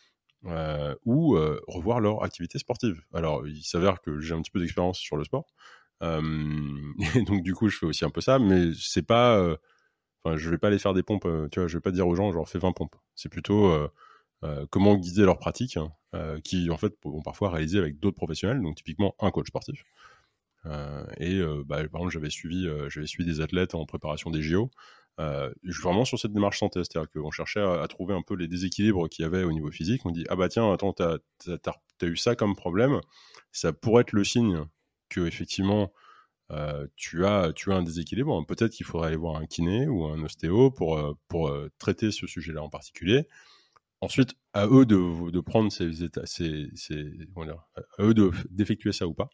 Speaker 5: euh, ou euh, revoir leur activité sportive. Alors, il s'avère que j'ai un petit peu d'expérience sur le sport. Euh, et donc du coup, je fais aussi un peu ça, mais c'est pas... Euh, Enfin, je vais pas aller faire des pompes, euh, tu vois, je vais pas dire aux gens, genre, fais vingt pompes. C'est plutôt... Euh, Euh, comment guider leurs pratiques, hein, euh, qui en fait vont parfois réaliser avec d'autres professionnels, donc typiquement un coach sportif. Euh, et euh, bah, par exemple, j'avais suivi, euh, j'avais suivi des athlètes en préparation des J O, euh, vraiment sur cette démarche santé, c'est-à-dire qu'on cherchait à, à trouver un peu les déséquilibres qu'il y avait au niveau physique. On dit ah bah tiens, attends, t'as, t'as, t'as, t'as eu ça comme problème, ça pourrait être le signe que effectivement euh, tu as, tu as un déséquilibre. Peut-être qu'il faudrait aller voir un kiné ou un ostéo pour euh, pour euh, traiter ce sujet-là en particulier. Ensuite, à eux de, de prendre ces états, ces, ces, comment dire, à eux de, d'effectuer ça ou pas.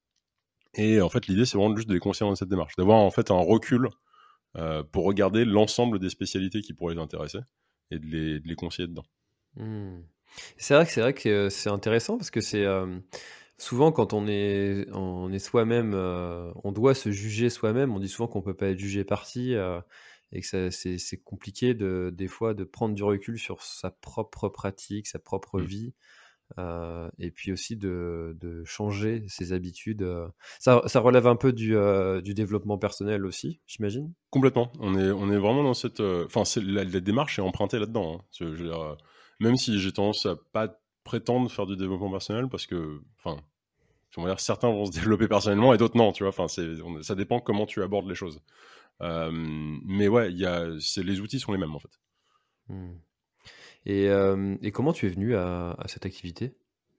Speaker 5: Et en fait, l'idée, c'est vraiment juste de les conseiller dans cette démarche, d'avoir en fait un recul euh, pour regarder l'ensemble des spécialités qui pourraient les intéresser et de les, de les conseiller dedans.
Speaker 4: Mmh. C'est vrai que c'est vrai que c'est intéressant parce que c'est euh, souvent quand on est on est soi-même, euh, on doit se juger soi-même. On dit souvent qu'on peut pas être jugé parti euh, et que ça, c'est, c'est compliqué de des fois de prendre du recul sur sa propre pratique, sa propre
Speaker 5: Mmh.
Speaker 4: vie. Euh, et puis aussi de, de changer ses habitudes. euh. Ça, ça relève un peu du, euh, du développement personnel aussi, j'imagine.
Speaker 5: Complètement. On est, on est vraiment dans cette. Enfin, euh, c'est, la, la démarche est empruntée là-dedans, hein. Je, je veux dire, euh, même si j'ai tendance à pas prétendre faire du développement personnel, parce que, enfin, on va dire, certains vont se développer personnellement et d'autres non, tu vois. Enfin, c'est, on, ça dépend comment tu abordes les choses. Euh, mais ouais, il y a, c'est, les outils sont les mêmes en fait.
Speaker 4: Hmm. Et, euh, et comment tu es venu à, à cette activité?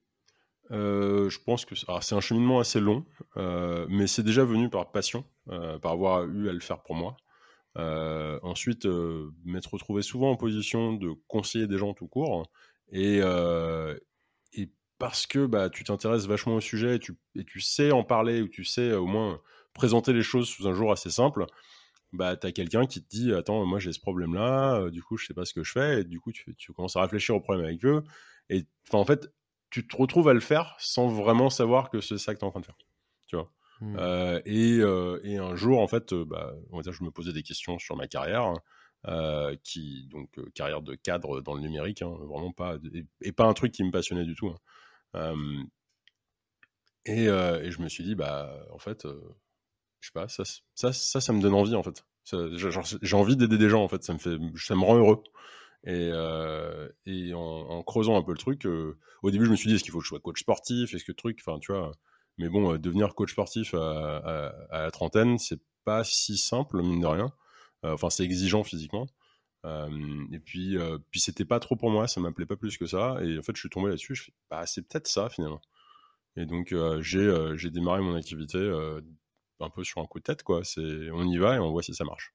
Speaker 5: Euh, je pense que alors, c'est un cheminement assez long, euh, mais c'est déjà venu par passion, euh, par avoir eu à le faire pour moi. Euh, ensuite, euh, m'être retrouvé souvent en position de conseiller des gens tout court, et, euh, et parce que bah, tu t'intéresses vachement au sujet et tu, et tu sais en parler, ou tu sais au moins présenter les choses sous un jour assez simple, bah, tu as quelqu'un qui te dit « Attends, moi j'ai ce problème-là, euh, du coup je sais pas ce que je fais », et du coup tu, tu commences à réfléchir au problème avec eux, et en fait, tu te retrouves à le faire sans vraiment savoir que c'est ça que tu es en train de faire, tu vois.
Speaker 4: Hmm.
Speaker 5: Euh, et, euh, et un jour, en fait, euh, bah, on va dire, je me posais des questions sur ma carrière, hein, euh, qui, donc euh, carrière de cadre dans le numérique, hein, vraiment pas, et, et pas un truc qui me passionnait du tout, hein. Euh, et, euh, et je me suis dit, bah, en fait, euh, je sais pas, ça, ça, ça, ça me donne envie, en fait. Ça, genre, j'ai envie d'aider des gens, en fait, ça me fait, ça me rend heureux. Et, euh, et en, en creusant un peu le truc, euh, au début, je me suis dit, est-ce qu'il faut que je sois coach sportif? Est-ce que le truc, enfin, tu vois. Mais bon, euh, devenir coach sportif à, à, à la trentaine, c'est pas si simple, mine de rien. Euh, Enfin, c'est exigeant physiquement. Euh, et puis, euh, puis c'était pas trop pour moi, ça m'appelait pas plus que ça. Et en fait, je suis tombé là-dessus, je fais, bah, c'est peut-être ça, finalement. Et donc, euh, j'ai euh, j'ai démarré mon activité euh, un peu sur un coup de tête, quoi. C'est, on y va et on voit si ça marche.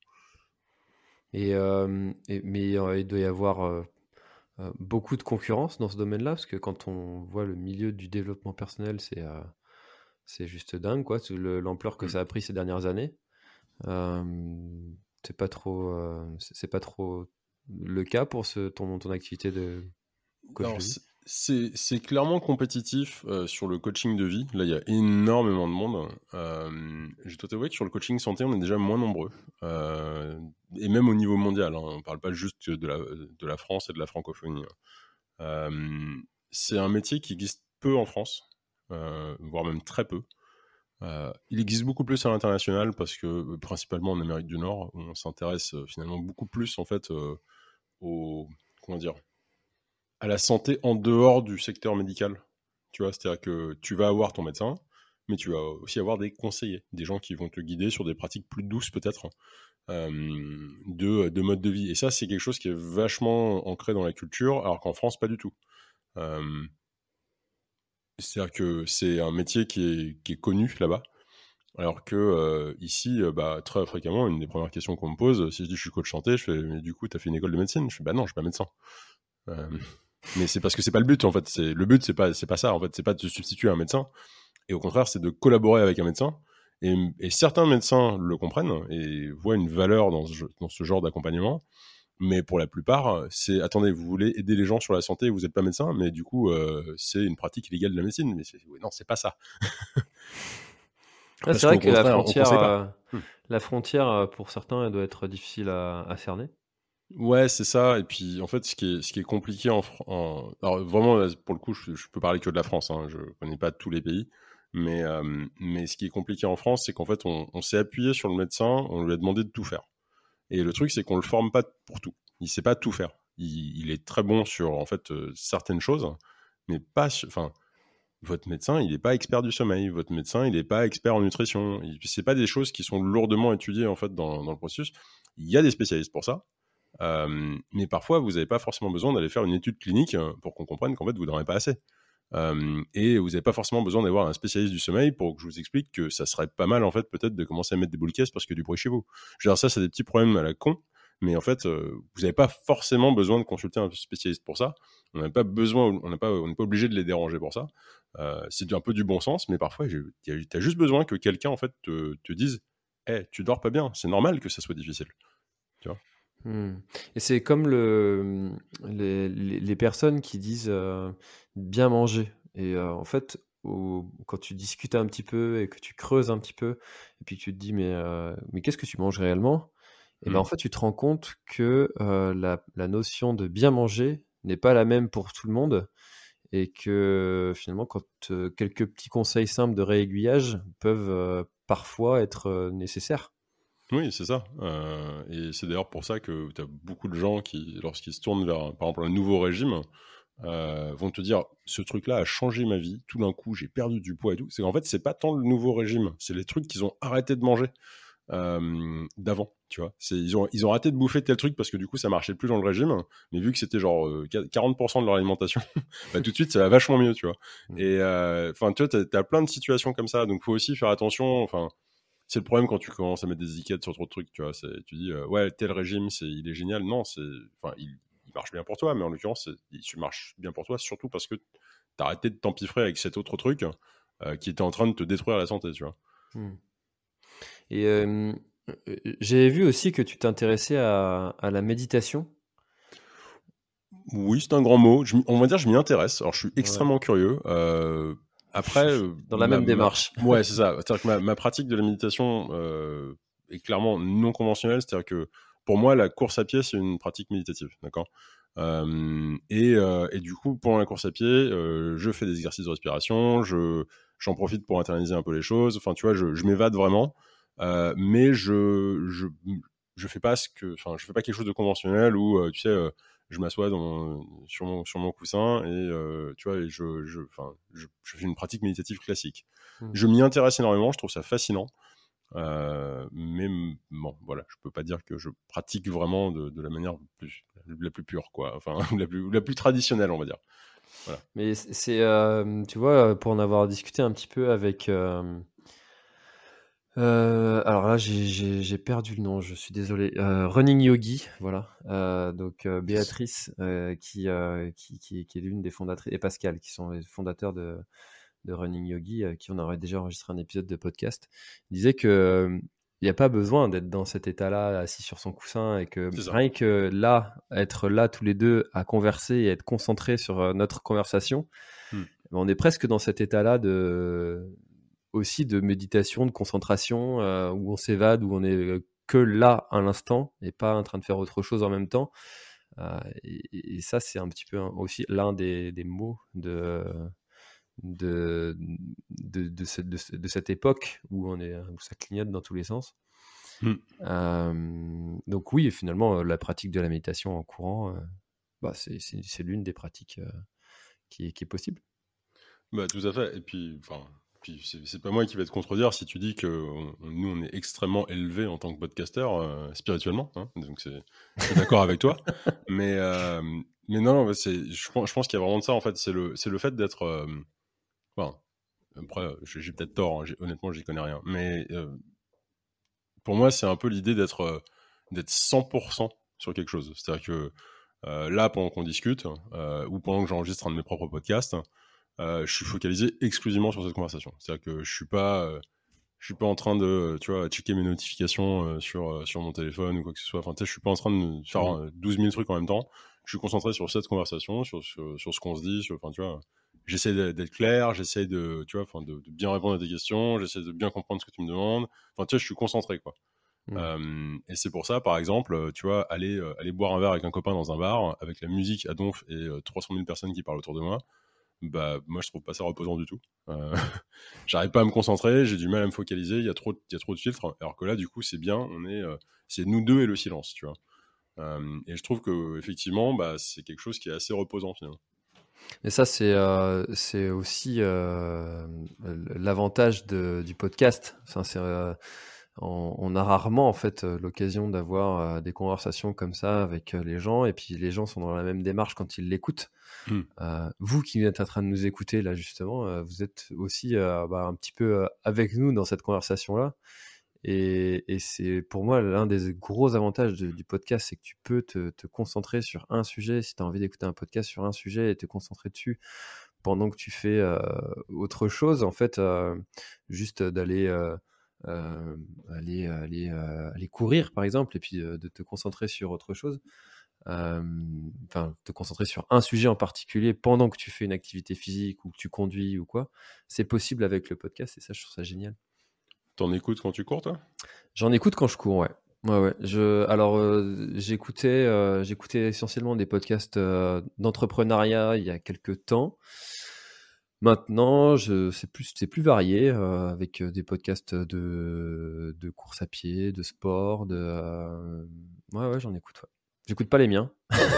Speaker 4: Et, euh, et- mais euh, il doit y avoir euh, euh, beaucoup de concurrence dans ce domaine-là, parce que quand on voit le milieu du développement personnel, c'est euh, c'est juste dingue, quoi, c'est le- l'ampleur que
Speaker 5: Mm.
Speaker 4: ça a pris ces dernières années. Euh, c'est pas trop, euh, c'est c'est pas trop le cas pour ce, ton, ton activité de coach
Speaker 5: Alors,
Speaker 4: de vie.
Speaker 5: c'est- c'est c'est clairement compétitif euh, sur le coaching de vie. Là, il y a énormément de monde. Euh, je dois t'avouer que sur le coaching santé, on est déjà moins nombreux. Euh, et même au niveau mondial, hein, on ne parle pas juste de la, de la France et de la francophonie, hein. Euh, c'est un métier qui existe peu en France, euh, voire même très peu. Euh, il existe beaucoup plus à l'international parce que, euh, principalement en Amérique du Nord, on s'intéresse euh, finalement beaucoup plus en fait euh, au, comment dire, à la santé en dehors du secteur médical. Tu vois, c'est-à-dire que tu vas avoir ton médecin, mais tu vas aussi avoir des conseillers, des gens qui vont te guider sur des pratiques plus douces peut-être euh, de, de mode de vie. Et ça, c'est quelque chose qui est vachement ancré dans la culture, alors qu'en France, pas du tout. Euh, c'est-à-dire que c'est un métier qui est, qui est connu là-bas, alors que euh, ici, euh, bah, très fréquemment, une des premières questions qu'on me pose, si je dis je suis coach santé, je fais mais du coup, t'as fait une école de médecine? Je fais bah non, je suis pas médecin. Euh, mais c'est parce que c'est pas le but en fait. C'est le but, c'est pas c'est pas ça en fait. C'est pas de se substituer à un médecin, et au contraire, c'est de collaborer avec un médecin. Et, et certains médecins le comprennent et voient une valeur dans ce, dans ce genre d'accompagnement. Mais pour la plupart, c'est attendez, vous voulez aider les gens sur la santé, vous n'êtes pas médecin, mais du coup, euh, c'est une pratique illégale de la médecine. Mais c'est, non, c'est pas ça.
Speaker 4: Ah, c'est vrai que la frontière, euh,
Speaker 5: hmm.
Speaker 4: la frontière, pour certains, elle doit être difficile à, à cerner.
Speaker 5: Ouais, c'est ça. Et puis, en fait, ce qui est, ce qui est compliqué en, en... Alors, vraiment, pour le coup, je, je peux parler que de la France. Hein, je connais pas tous les pays. Mais, euh, mais ce qui est compliqué en France, c'est qu'en fait, on, on s'est appuyé sur le médecin, on lui a demandé de tout faire. Et le truc, c'est qu'on le forme pas pour tout. Il sait pas tout faire. Il, il est très bon sur, en fait, euh, certaines choses, mais pas sur... Enfin, votre médecin, il n'est pas expert du sommeil. Votre médecin, il n'est pas expert en nutrition. Ce n'est pas des choses qui sont lourdement étudiées, en fait, dans, dans le processus. Il y a des spécialistes pour ça. Euh, mais parfois, vous n'avez pas forcément besoin d'aller faire une étude clinique pour qu'on comprenne qu'en fait, vous n'en avez pas assez. Euh, et vous n'avez pas forcément besoin d'avoir un spécialiste du sommeil pour que je vous explique que ça serait pas mal, en fait, peut-être de commencer à mettre des boules caisses parce qu'il y a du bruit chez vous. Je veux dire, ça, c'est des petits problèmes à la con, mais en fait, euh, vous n'avez pas forcément besoin de consulter un spécialiste pour ça. On n'a pas besoin, on n'est pas, on n'est pas obligé de les déranger pour ça. Euh, c'est un peu du bon sens, mais parfois, tu as juste besoin que quelqu'un, en fait, te, te dise hey, « tu dors pas bien, c'est normal que ça soit difficile. » Tu vois.
Speaker 4: Mmh. Et c'est comme le, les, les, les personnes qui disent euh, bien manger. Et euh, en fait, au, quand tu discutes un petit peu et que tu creuses un petit peu, et puis tu te dis mais, euh, mais qu'est-ce que tu manges réellement? Et mmh. ben en fait, tu te rends compte que euh, la, la notion de bien manger n'est pas la même pour tout le monde. Et que finalement, quand euh, quelques petits conseils simples de réaiguillage peuvent euh, parfois être euh, nécessaires.
Speaker 5: Oui, c'est ça. Euh, et c'est d'ailleurs pour ça que tu as beaucoup de gens qui, lorsqu'ils se tournent vers, par exemple, un nouveau régime, euh, vont te dire « ce truc-là a changé ma vie, tout d'un coup, j'ai perdu du poids et tout ». C'est qu'en fait, c'est pas tant le nouveau régime, c'est les trucs qu'ils ont arrêté de manger euh, d'avant, tu vois. C'est, ils, ont, ils ont arrêté de bouffer tel truc parce que du coup, ça marchait plus dans le régime, mais vu que c'était genre euh, quarante pour cent de leur alimentation, bah, tout de suite, ça va vachement mieux, tu vois. Et enfin, euh, tu vois, t'as, t'as plein de situations comme ça, donc faut aussi faire attention, enfin... C'est le problème quand tu commences à mettre des étiquettes sur trop de trucs, tu vois. C'est, tu dis, euh, ouais, tel régime, c'est, il est génial. Non, c'est, enfin, il, il marche bien pour toi, mais en l'occurrence, c'est, il marche bien pour toi, surtout parce que t'as arrêté de t'empiffrer avec cet autre truc euh, qui était en train de te détruire la santé, tu vois.
Speaker 4: Mmh. Et euh, j'avais vu aussi que tu t'intéressais à, à la méditation.
Speaker 5: Oui, c'est un grand mot. Je, on va dire, je m'y intéresse. Alors, je suis extrêmement ouais. curieux. Euh, Après,
Speaker 4: dans la
Speaker 5: ma,
Speaker 4: même démarche.
Speaker 5: Ma, ouais, c'est ça. C'est-à-dire que ma, ma pratique de la méditation euh, est clairement non conventionnelle. C'est-à-dire que pour moi, la course à pied, c'est une pratique méditative, d'accord. Euh, et, euh, et du coup, pendant la course à pied, euh, je fais des exercices de respiration. Je, j'en profite pour internaliser un peu les choses. Enfin, tu vois, je, je m'évade vraiment, euh, mais je, je, je fais pas ce que, enfin, je fais pas quelque chose de conventionnel où, euh, tu sais. Euh, je m'assois dans, sur, mon, sur mon coussin et euh, tu vois, et je, je, je, je fais une pratique méditative classique. Mmh. Je m'y intéresse énormément, je trouve ça fascinant. Euh, mais bon, voilà, je peux pas dire que je pratique vraiment de, de la manière plus, la plus pure, quoi. Enfin, la plus, la plus traditionnelle, on va dire. Voilà.
Speaker 4: Mais c'est, euh, tu vois, pour en avoir discuté un petit peu avec... Euh... Euh, alors là, j'ai, j'ai, j'ai perdu le nom, je suis désolé. Euh, Running Yogi, voilà. Euh, donc euh, Béatrice, euh, qui, euh, qui, qui, qui est l'une des fondatrices, et Pascal, qui sont les fondateurs de, de Running Yogi, euh, qui on aurait déjà enregistré un épisode de podcast, disaient que euh, il n'y a pas besoin d'être dans cet état-là, assis sur son coussin, et que rien que là, être là tous les deux à converser et être concentrés sur euh, notre conversation, hmm. on est presque dans cet état-là de aussi de méditation, de concentration, euh, où on s'évade, où on est que là à l'instant et pas en train de faire autre chose en même temps. Euh, et, et ça, c'est un petit peu aussi l'un des, des mots de, de, de, de, ce, de, de cette époque où, on est, où ça clignote dans tous les sens. Mm. Euh, donc oui, finalement, la pratique de la méditation en courant, euh, bah, c'est, c'est, c'est l'une des pratiques euh, qui, qui est possible.
Speaker 5: Bah, tout à fait. Et puis, enfin... puis c'est, c'est pas moi qui vais te contredire si tu dis que on, on, nous, on est extrêmement élevés en tant que podcasteurs, euh, spirituellement. Hein, donc, c'est, je suis d'accord avec toi. Mais, euh, mais non, non c'est, je, je pense qu'il y a vraiment de ça, en fait. C'est le, c'est le fait d'être... Euh, enfin, après, j'ai, j'ai peut-être tort. Hein, j'ai, honnêtement, j'y connais rien. Mais euh, pour moi, c'est un peu l'idée d'être, euh, d'être cent pour cent sur quelque chose. C'est-à-dire que euh, là, pendant qu'on discute, euh, ou pendant que j'enregistre un de mes propres podcasts, Euh, je suis focalisé exclusivement sur cette conversation. C'est-à-dire que je suis pas, euh, je suis pas en train de, tu vois, checker mes notifications euh, sur euh, sur mon téléphone ou quoi que ce soit. Enfin, tu sais, je suis pas en train de faire euh, douze mille trucs en même temps. Je suis concentré sur cette conversation, sur sur, sur ce qu'on se dit. Sur, enfin, tu vois, j'essaie d'être clair, j'essaie de, tu vois, enfin, de, de bien répondre à tes questions, j'essaie de bien comprendre ce que tu me demandes. Enfin, tu vois, je suis concentré, quoi. Mmh. Euh, et c'est pour ça, par exemple, tu vois, aller euh, aller boire un verre avec un copain dans un bar, avec la musique à donf et euh, trois cent mille personnes qui parlent autour de moi. Bah moi je trouve pas ça reposant du tout. Euh, j'arrive pas à me concentrer, j'ai du mal à me focaliser, il y a trop il y a trop de filtres, alors que là du coup c'est bien, on est euh, c'est nous deux et le silence, tu vois. Euh, et je trouve que effectivement bah c'est quelque chose qui est assez reposant finalement.
Speaker 4: Et ça c'est euh, c'est aussi euh, l'avantage de, du podcast. Enfin, c'est euh, on, on a rarement en fait l'occasion d'avoir euh, des conversations comme ça avec euh, les gens, et puis les gens sont dans la même démarche quand ils l'écoutent. Mmh. Euh, vous qui êtes en train de nous écouter là justement, euh, vous êtes aussi euh, bah, un petit peu euh, avec nous dans cette conversation-là. Et, et c'est pour moi l'un des gros avantages de, du podcast, c'est que tu peux te, te concentrer sur un sujet. Si tu as envie d'écouter un podcast sur un sujet et te concentrer dessus pendant que tu fais euh, autre chose, en fait, euh, juste d'aller... Euh, Euh, aller, aller, euh, aller courir par exemple, et puis euh, de te concentrer sur autre chose, enfin euh, te concentrer sur un sujet en particulier pendant que tu fais une activité physique ou que tu conduis ou quoi, c'est possible avec le podcast, et ça je trouve ça génial.
Speaker 5: T'en écoutes quand tu cours, toi?
Speaker 4: J'en écoute quand je cours, ouais. Ouais, ouais. Je, alors, euh, j'écoutais, euh, j'écoutais essentiellement des podcasts euh, d'entrepreneuriat il y a quelques temps. Maintenant, je, c'est plus, c'est plus varié, euh, avec des podcasts de, de course à pied, de sport, de, euh... ouais, ouais, j'en écoute. Ouais. J'écoute pas les miens.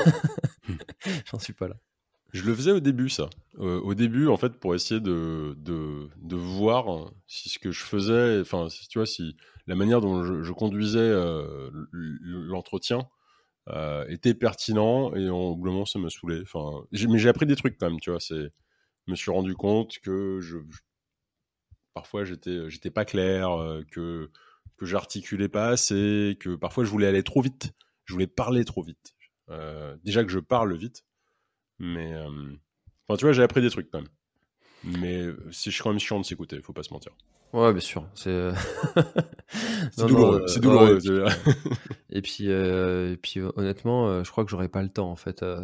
Speaker 4: J'en suis pas là.
Speaker 5: Je le faisais au début, ça. Euh, au début, en fait, pour essayer de, de, de voir si ce que je faisais, enfin, si, tu vois, si la manière dont je, je conduisais euh, l'entretien euh, était pertinent, et en globalement, ça me saoulait. Enfin, j'ai, mais j'ai appris des trucs quand même, tu vois. C'est, je me suis rendu compte que je, je parfois j'étais, j'étais pas clair, euh, que que j'articulais pas assez, que parfois je voulais aller trop vite, je voulais parler trop vite. Euh, déjà que je parle vite. Mais, euh... enfin, tu vois, j'ai appris des trucs quand même. Mais c'est quand même chiant de s'écouter, faut pas se mentir.
Speaker 4: Ouais, bien sûr. C'est,
Speaker 5: c'est non, douloureux. Non, euh, c'est douloureux.
Speaker 4: Ouais, et, puis, euh, et puis, honnêtement, euh, je crois que j'aurais pas le temps, en fait. Euh...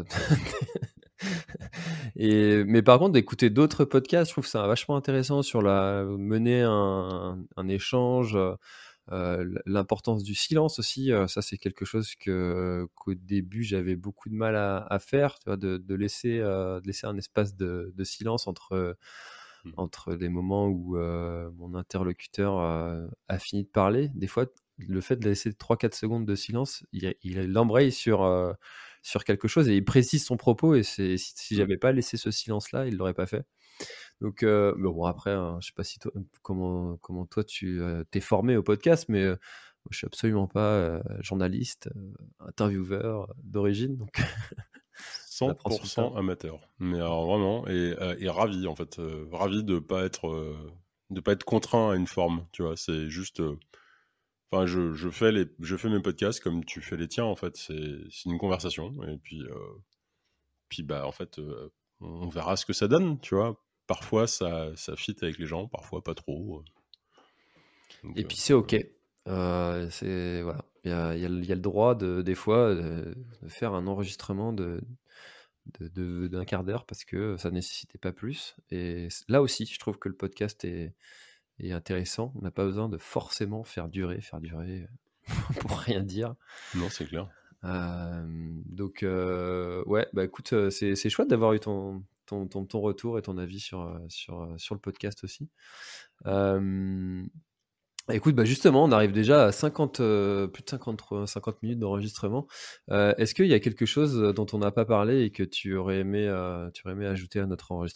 Speaker 4: et, mais par contre, d'écouter d'autres podcasts, je trouve ça vachement intéressant sur la mener un, un échange. Euh, l'importance du silence aussi, euh, ça c'est quelque chose que qu'au début j'avais beaucoup de mal à, à faire, tu vois, de, de laisser euh, de laisser un espace de, de silence entre mmh. entre les moments où euh, mon interlocuteur euh, a fini de parler. Des fois, le fait de laisser trois quatre secondes de silence, il, il embraye sur euh, sur quelque chose et il précise son propos, et c'est, si, si j'avais pas laissé ce silence là, il l'aurait pas fait. Donc, euh, bon, après, hein, je sais pas si toi, comment, comment toi tu euh, t'es formé au podcast, mais euh, je suis absolument pas euh, journaliste, euh, intervieweur d'origine, donc
Speaker 5: cent pour cent amateur. Mais alors vraiment, et, et ravi en fait, euh, ravi de pas être, euh, de pas être contraint à une forme. Tu vois, c'est juste. Enfin, euh, je, je fais les, je fais mes podcasts comme tu fais les tiens en fait. C'est, c'est une conversation, et puis, euh, puis bah en fait, euh, on verra ce que ça donne, tu vois. Parfois, ça, ça fit avec les gens, parfois pas trop.
Speaker 4: Donc, et puis, c'est OK. Euh, c'est, voilà. Il y a, y, a, y a le droit, de, des fois, de, de faire un enregistrement de, de, de, d'un quart d'heure parce que ça ne nécessitait pas plus. Et là aussi, je trouve que le podcast est, est intéressant. On n'a pas besoin de forcément faire durer, faire durer pour rien dire.
Speaker 5: Non, c'est clair.
Speaker 4: Euh, donc, euh, ouais, bah écoute, c'est, c'est chouette d'avoir eu ton... Ton, ton, ton retour et ton avis sur, sur, sur le podcast aussi. Euh, écoute, bah justement, on arrive déjà à cinquante, euh, plus de cinquante, cinquante minutes d'enregistrement. Euh, est-ce qu'il y a quelque chose dont on n'a pas parlé et que tu aurais aimé, euh, tu aurais aimé ajouter à notre enregistrement ?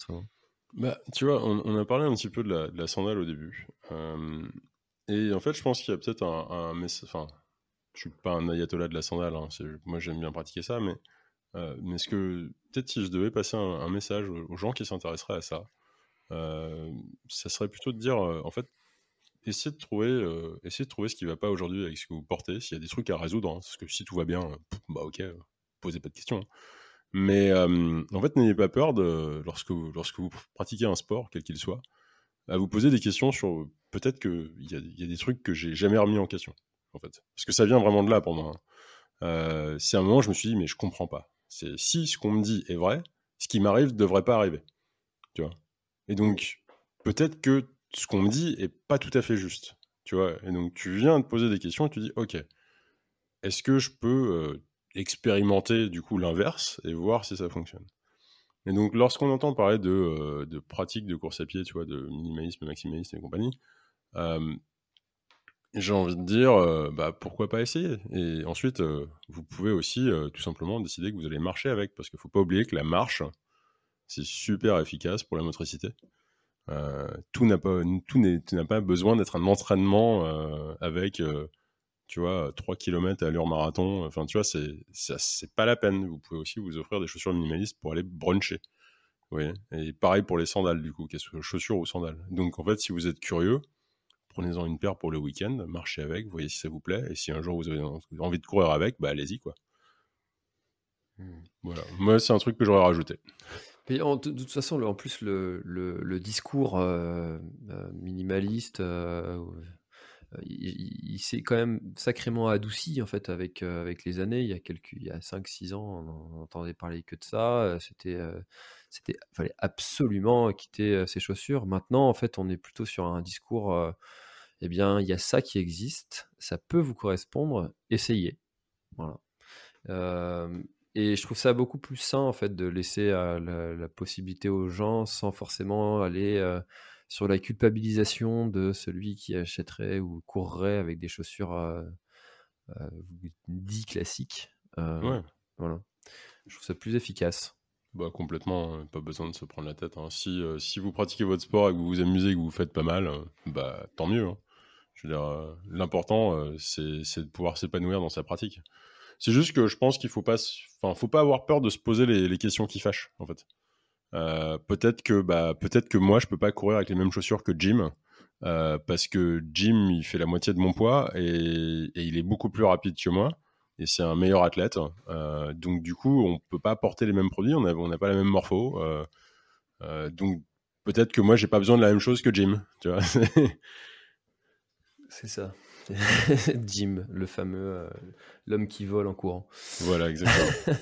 Speaker 5: Bah, tu vois, on, on a parlé un petit peu de la, de la sandale au début. Euh, et en fait, je pense qu'il y a peut-être un, un message. Enfin, je suis pas un ayatollah de la sandale. Hein, c'est, moi, j'aime bien pratiquer ça, mais, euh, mais est-ce que peut-être si je devais passer un, un message aux, aux gens qui s'intéresseraient à ça, euh, ça serait plutôt de dire, euh, en fait, essayez de trouver, euh, essayez de trouver ce qui va pas aujourd'hui avec ce que vous portez. S'il y a des trucs à résoudre, hein, parce que si tout va bien, euh, pff, bah ok, euh, posez pas de questions. Hein. Mais euh, en fait, n'ayez pas peur de, lorsque vous, lorsque vous pratiquez un sport, quel qu'il soit, à vous poser des questions sur peut-être qu'il y a, y a des trucs que j'ai jamais remis en question, en fait. Parce que ça vient vraiment de là pour moi. Hein. Euh, c'est un moment où je me suis dit, mais je comprends pas. C'est, si ce qu'on me dit est vrai, ce qui m'arrive ne devrait pas arriver. Tu vois. Et donc, peut-être que ce qu'on me dit est pas tout à fait juste. Tu vois. Et donc, tu viens de poser des questions et tu dis, ok, est-ce que je peux euh, expérimenter du coup l'inverse et voir si ça fonctionne. Et donc, lorsqu'on entend parler de, euh, de pratiques de course à pied, tu vois, de minimalisme, maximalisme et compagnie, euh, j'ai envie de dire, euh, bah, pourquoi pas essayer. Et ensuite, euh, vous pouvez aussi euh, tout simplement décider que vous allez marcher avec, parce qu'il ne faut pas oublier que la marche, c'est super efficace pour la motricité. Euh, tout n'a pas, tout n'est, tout n'a pas besoin d'être un entraînement euh, avec... Euh, tu vois, trois kilomètres à l'heure marathon, enfin, tu vois, c'est, c'est, c'est pas la peine. Vous pouvez aussi vous offrir des chaussures minimalistes pour aller bruncher. Oui. Et pareil pour les sandales, du coup, qu'est-ce que chaussures ou sandales. Donc, en fait, si vous êtes curieux, prenez-en une paire pour le week-end, marchez avec, voyez si ça vous plaît, et si un jour vous avez envie de courir avec, bah, allez-y, quoi. Mmh. Voilà. Moi, c'est un truc que j'aurais rajouté.
Speaker 4: Et en, de, de toute façon, le, en plus, le, le, le discours euh, euh, minimaliste, euh, il, il s'est quand même sacrément adouci en fait avec, euh, avec les années. Il y a quelques, il y a cinq six ans, on n'entendait parler que de ça. C'était, euh, c'était, fallait absolument quitter euh, ses chaussures. Maintenant, en fait, on est plutôt sur un discours. Euh, eh bien, il y a ça qui existe, ça peut vous correspondre, essayez. Voilà. Euh, et je trouve ça beaucoup plus sain en fait de laisser euh, la, la possibilité aux gens sans forcément aller euh, sur la culpabilisation de celui qui achèterait ou courrait avec des chaussures euh, euh, dit classiques. Euh,
Speaker 5: Ouais.
Speaker 4: Voilà. Je trouve ça plus efficace.
Speaker 5: Bah, complètement, hein, pas besoin de se prendre la tête. Hein. Si, euh, si vous pratiquez votre sport et que vous vous amusez et que vous vous faites pas mal, euh, bah, tant mieux. Hein. Je veux dire, euh, l'important, euh, c'est, c'est de pouvoir s'épanouir dans sa pratique. C'est juste que je pense qu'il faut pas, enfin, faut pas avoir peur de se poser les, les questions qui fâchent, en fait. Euh, peut-être que, bah, peut-être que moi, je peux pas courir avec les mêmes chaussures que Jim, euh, parce que Jim, il fait la moitié de mon poids et, et il est beaucoup plus rapide que moi. Et c'est un meilleur athlète. Euh, donc, du coup, on peut pas porter les mêmes produits, on n'a on a pas la même morpho. Euh, euh, donc, peut-être que moi, j'ai pas besoin de la même chose que Jim, tu vois.
Speaker 4: C'est ça. Jim, le fameux euh, l'homme qui vole en courant.
Speaker 5: Voilà, exactement.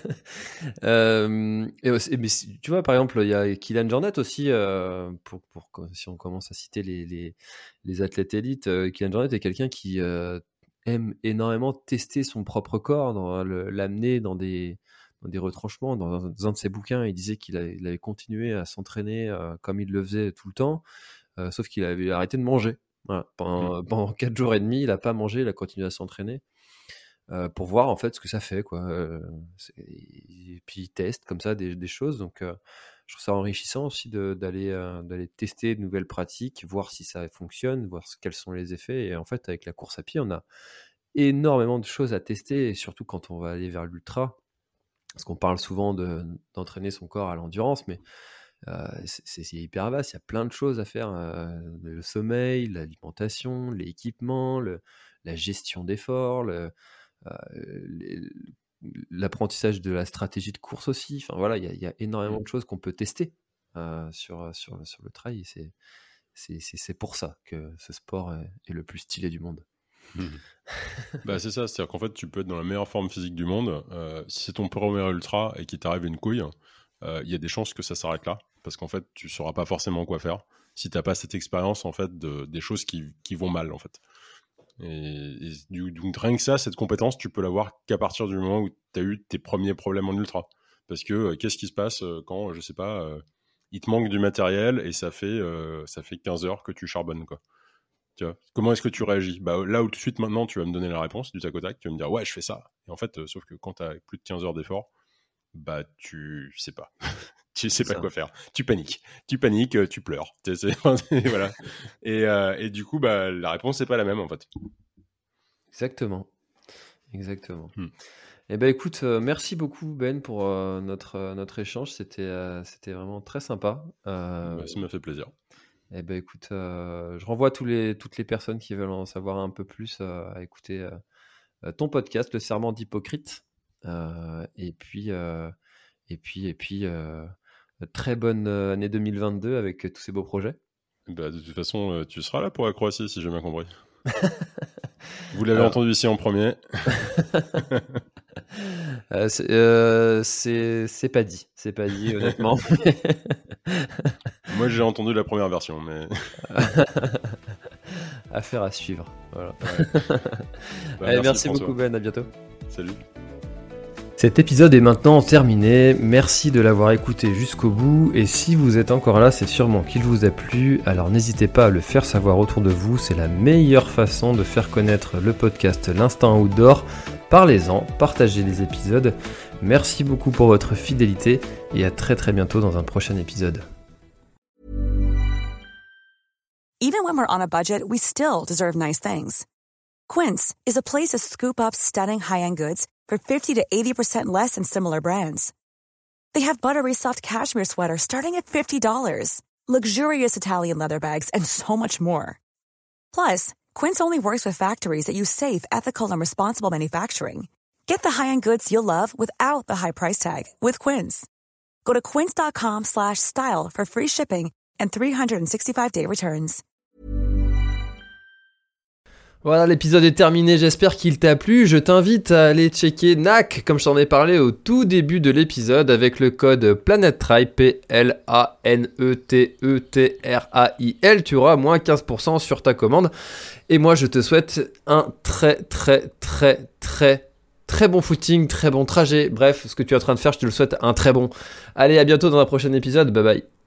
Speaker 4: euh, et, aussi, mais, tu vois, par exemple, il y a Kylian Jornet aussi, euh, pour, pour, si on commence à citer les, les, les athlètes élites, euh, Kylian Jornet est quelqu'un qui euh, aime énormément tester son propre corps, dans le, l'amener dans des, dans des retranchements. Dans, dans un de ses bouquins, il disait qu'il avait, il avait continué à s'entraîner euh, comme il le faisait tout le temps, euh, sauf qu'il avait arrêté de manger. Voilà. Pendant, mmh. pendant quatre jours et demi, il n'a pas mangé, il a continué à s'entraîner euh, pour voir en fait ce que ça fait, quoi. Euh, et puis il teste comme ça des, des choses, donc euh, je trouve ça enrichissant aussi de, d'aller, euh, d'aller tester de nouvelles pratiques, voir si ça fonctionne, voir quels sont les effets. Et en fait, avec la course à pied, on a énormément de choses à tester, et surtout quand on va aller vers l'ultra, parce qu'on parle souvent de, d'entraîner son corps à l'endurance, mais Euh, c'est, c'est hyper vaste, il y a plein de choses à faire, euh, le sommeil, l'alimentation, l'équipement, le, la gestion d'efforts, le, euh, les, l'apprentissage de la stratégie de course aussi. Enfin voilà, il y a, il y a énormément de choses qu'on peut tester euh, sur, sur, sur le trail. Et c'est, c'est, c'est, c'est pour ça que ce sport est, est le plus stylé du monde.
Speaker 5: Mmh. Bah c'est ça, c'est-à-dire qu'en fait tu peux être dans la meilleure forme physique du monde, euh, si c'est ton premier ultra et qu'il t'arrive une couille, il euh, y a des chances que ça s'arrête là, parce qu'en fait tu sauras pas forcément quoi faire si t'as pas cette expérience en fait de, des choses qui, qui vont mal en fait. Et, et du, donc rien que ça, cette compétence, tu peux l'avoir qu'à partir du moment où t'as eu tes premiers problèmes en ultra, parce que euh, qu'est-ce qui se passe quand, je sais pas, euh, il te manque du matériel et ça fait, euh, ça fait quinze heures que tu charbonnes, quoi. Tu vois, comment est-ce que tu réagis? Bah, là où tout de suite maintenant tu vas me donner la réponse du tac au tac, tu vas me dire ouais je fais ça. Et en fait, euh, sauf que quand tu as plus de quinze heures d'effort, bah tu sais pas. tu sais
Speaker 4: C'est
Speaker 5: pas
Speaker 4: ça.
Speaker 5: quoi faire. Tu paniques, tu paniques, euh, tu pleures. C'est, c'est- c'est- voilà. Et, euh, et du coup, bah, la réponse c'est pas la même en fait.
Speaker 4: Exactement. Exactement.
Speaker 5: Hmm.
Speaker 4: Eh ben écoute, euh, merci beaucoup Ben pour euh, notre, euh, notre échange. C'était, euh, c'était vraiment très sympa. Euh,
Speaker 5: Bah, ça m'a fait plaisir.
Speaker 4: eh ben écoute, euh, je renvoie tous les, toutes les personnes qui veulent en savoir un peu plus euh, à écouter euh, euh, ton podcast, Le Serment d'Hypocrite. Euh, et puis, euh, et puis, et puis, euh, très bonne euh, année deux mille vingt-deux avec euh, tous ces beaux projets.
Speaker 5: Bah, de toute façon, euh, tu seras là pour la Croatie si j'ai bien compris. Vous l'avez
Speaker 4: Alors-
Speaker 5: entendu ici en premier.
Speaker 4: Euh, c'est, euh, c'est, c'est pas dit, c'est pas dit honnêtement.
Speaker 5: Moi, j'ai entendu la première version, mais
Speaker 4: Affaire à suivre. Voilà.
Speaker 5: Bah,
Speaker 4: Allez, merci
Speaker 5: François.
Speaker 4: beaucoup Ben, à bientôt.
Speaker 5: Salut.
Speaker 4: Cet épisode est maintenant terminé, merci de l'avoir écouté jusqu'au bout, et si vous êtes encore là, c'est sûrement qu'il vous a plu, alors n'hésitez pas à le faire savoir autour de vous, c'est la meilleure façon de faire connaître le podcast L'Instant Outdoor. Parlez-en, partagez les épisodes, merci beaucoup pour votre fidélité, et à très très bientôt dans un prochain épisode.
Speaker 6: Even when we're on a budget, we still deserve nice things. Quince is a place to scoop up stunning high-end goods for fifty to eighty percent less than similar brands. They have buttery soft cashmere sweaters starting at fifty dollars, luxurious Italian leather bags, and so much more. Plus, Quince only works with factories that use safe, ethical, and responsible manufacturing. Get the high-end goods you'll love without the high price tag with Quince. Go to quince.com slash style for free shipping and three sixty-five day returns.
Speaker 4: Voilà, l'épisode est terminé, j'espère qu'il t'a plu. Je t'invite à aller checker N A C, comme je t'en ai parlé au tout début de l'épisode, avec le code PlanetTrail, P L A N E T E T R A I L. Tu auras moins quinze pour cent sur ta commande. Et moi, je te souhaite un très, très, très, très, très bon footing, très bon trajet. Bref, ce que tu es en train de faire, je te le souhaite un très bon. Allez, à bientôt dans un prochain épisode. Bye bye.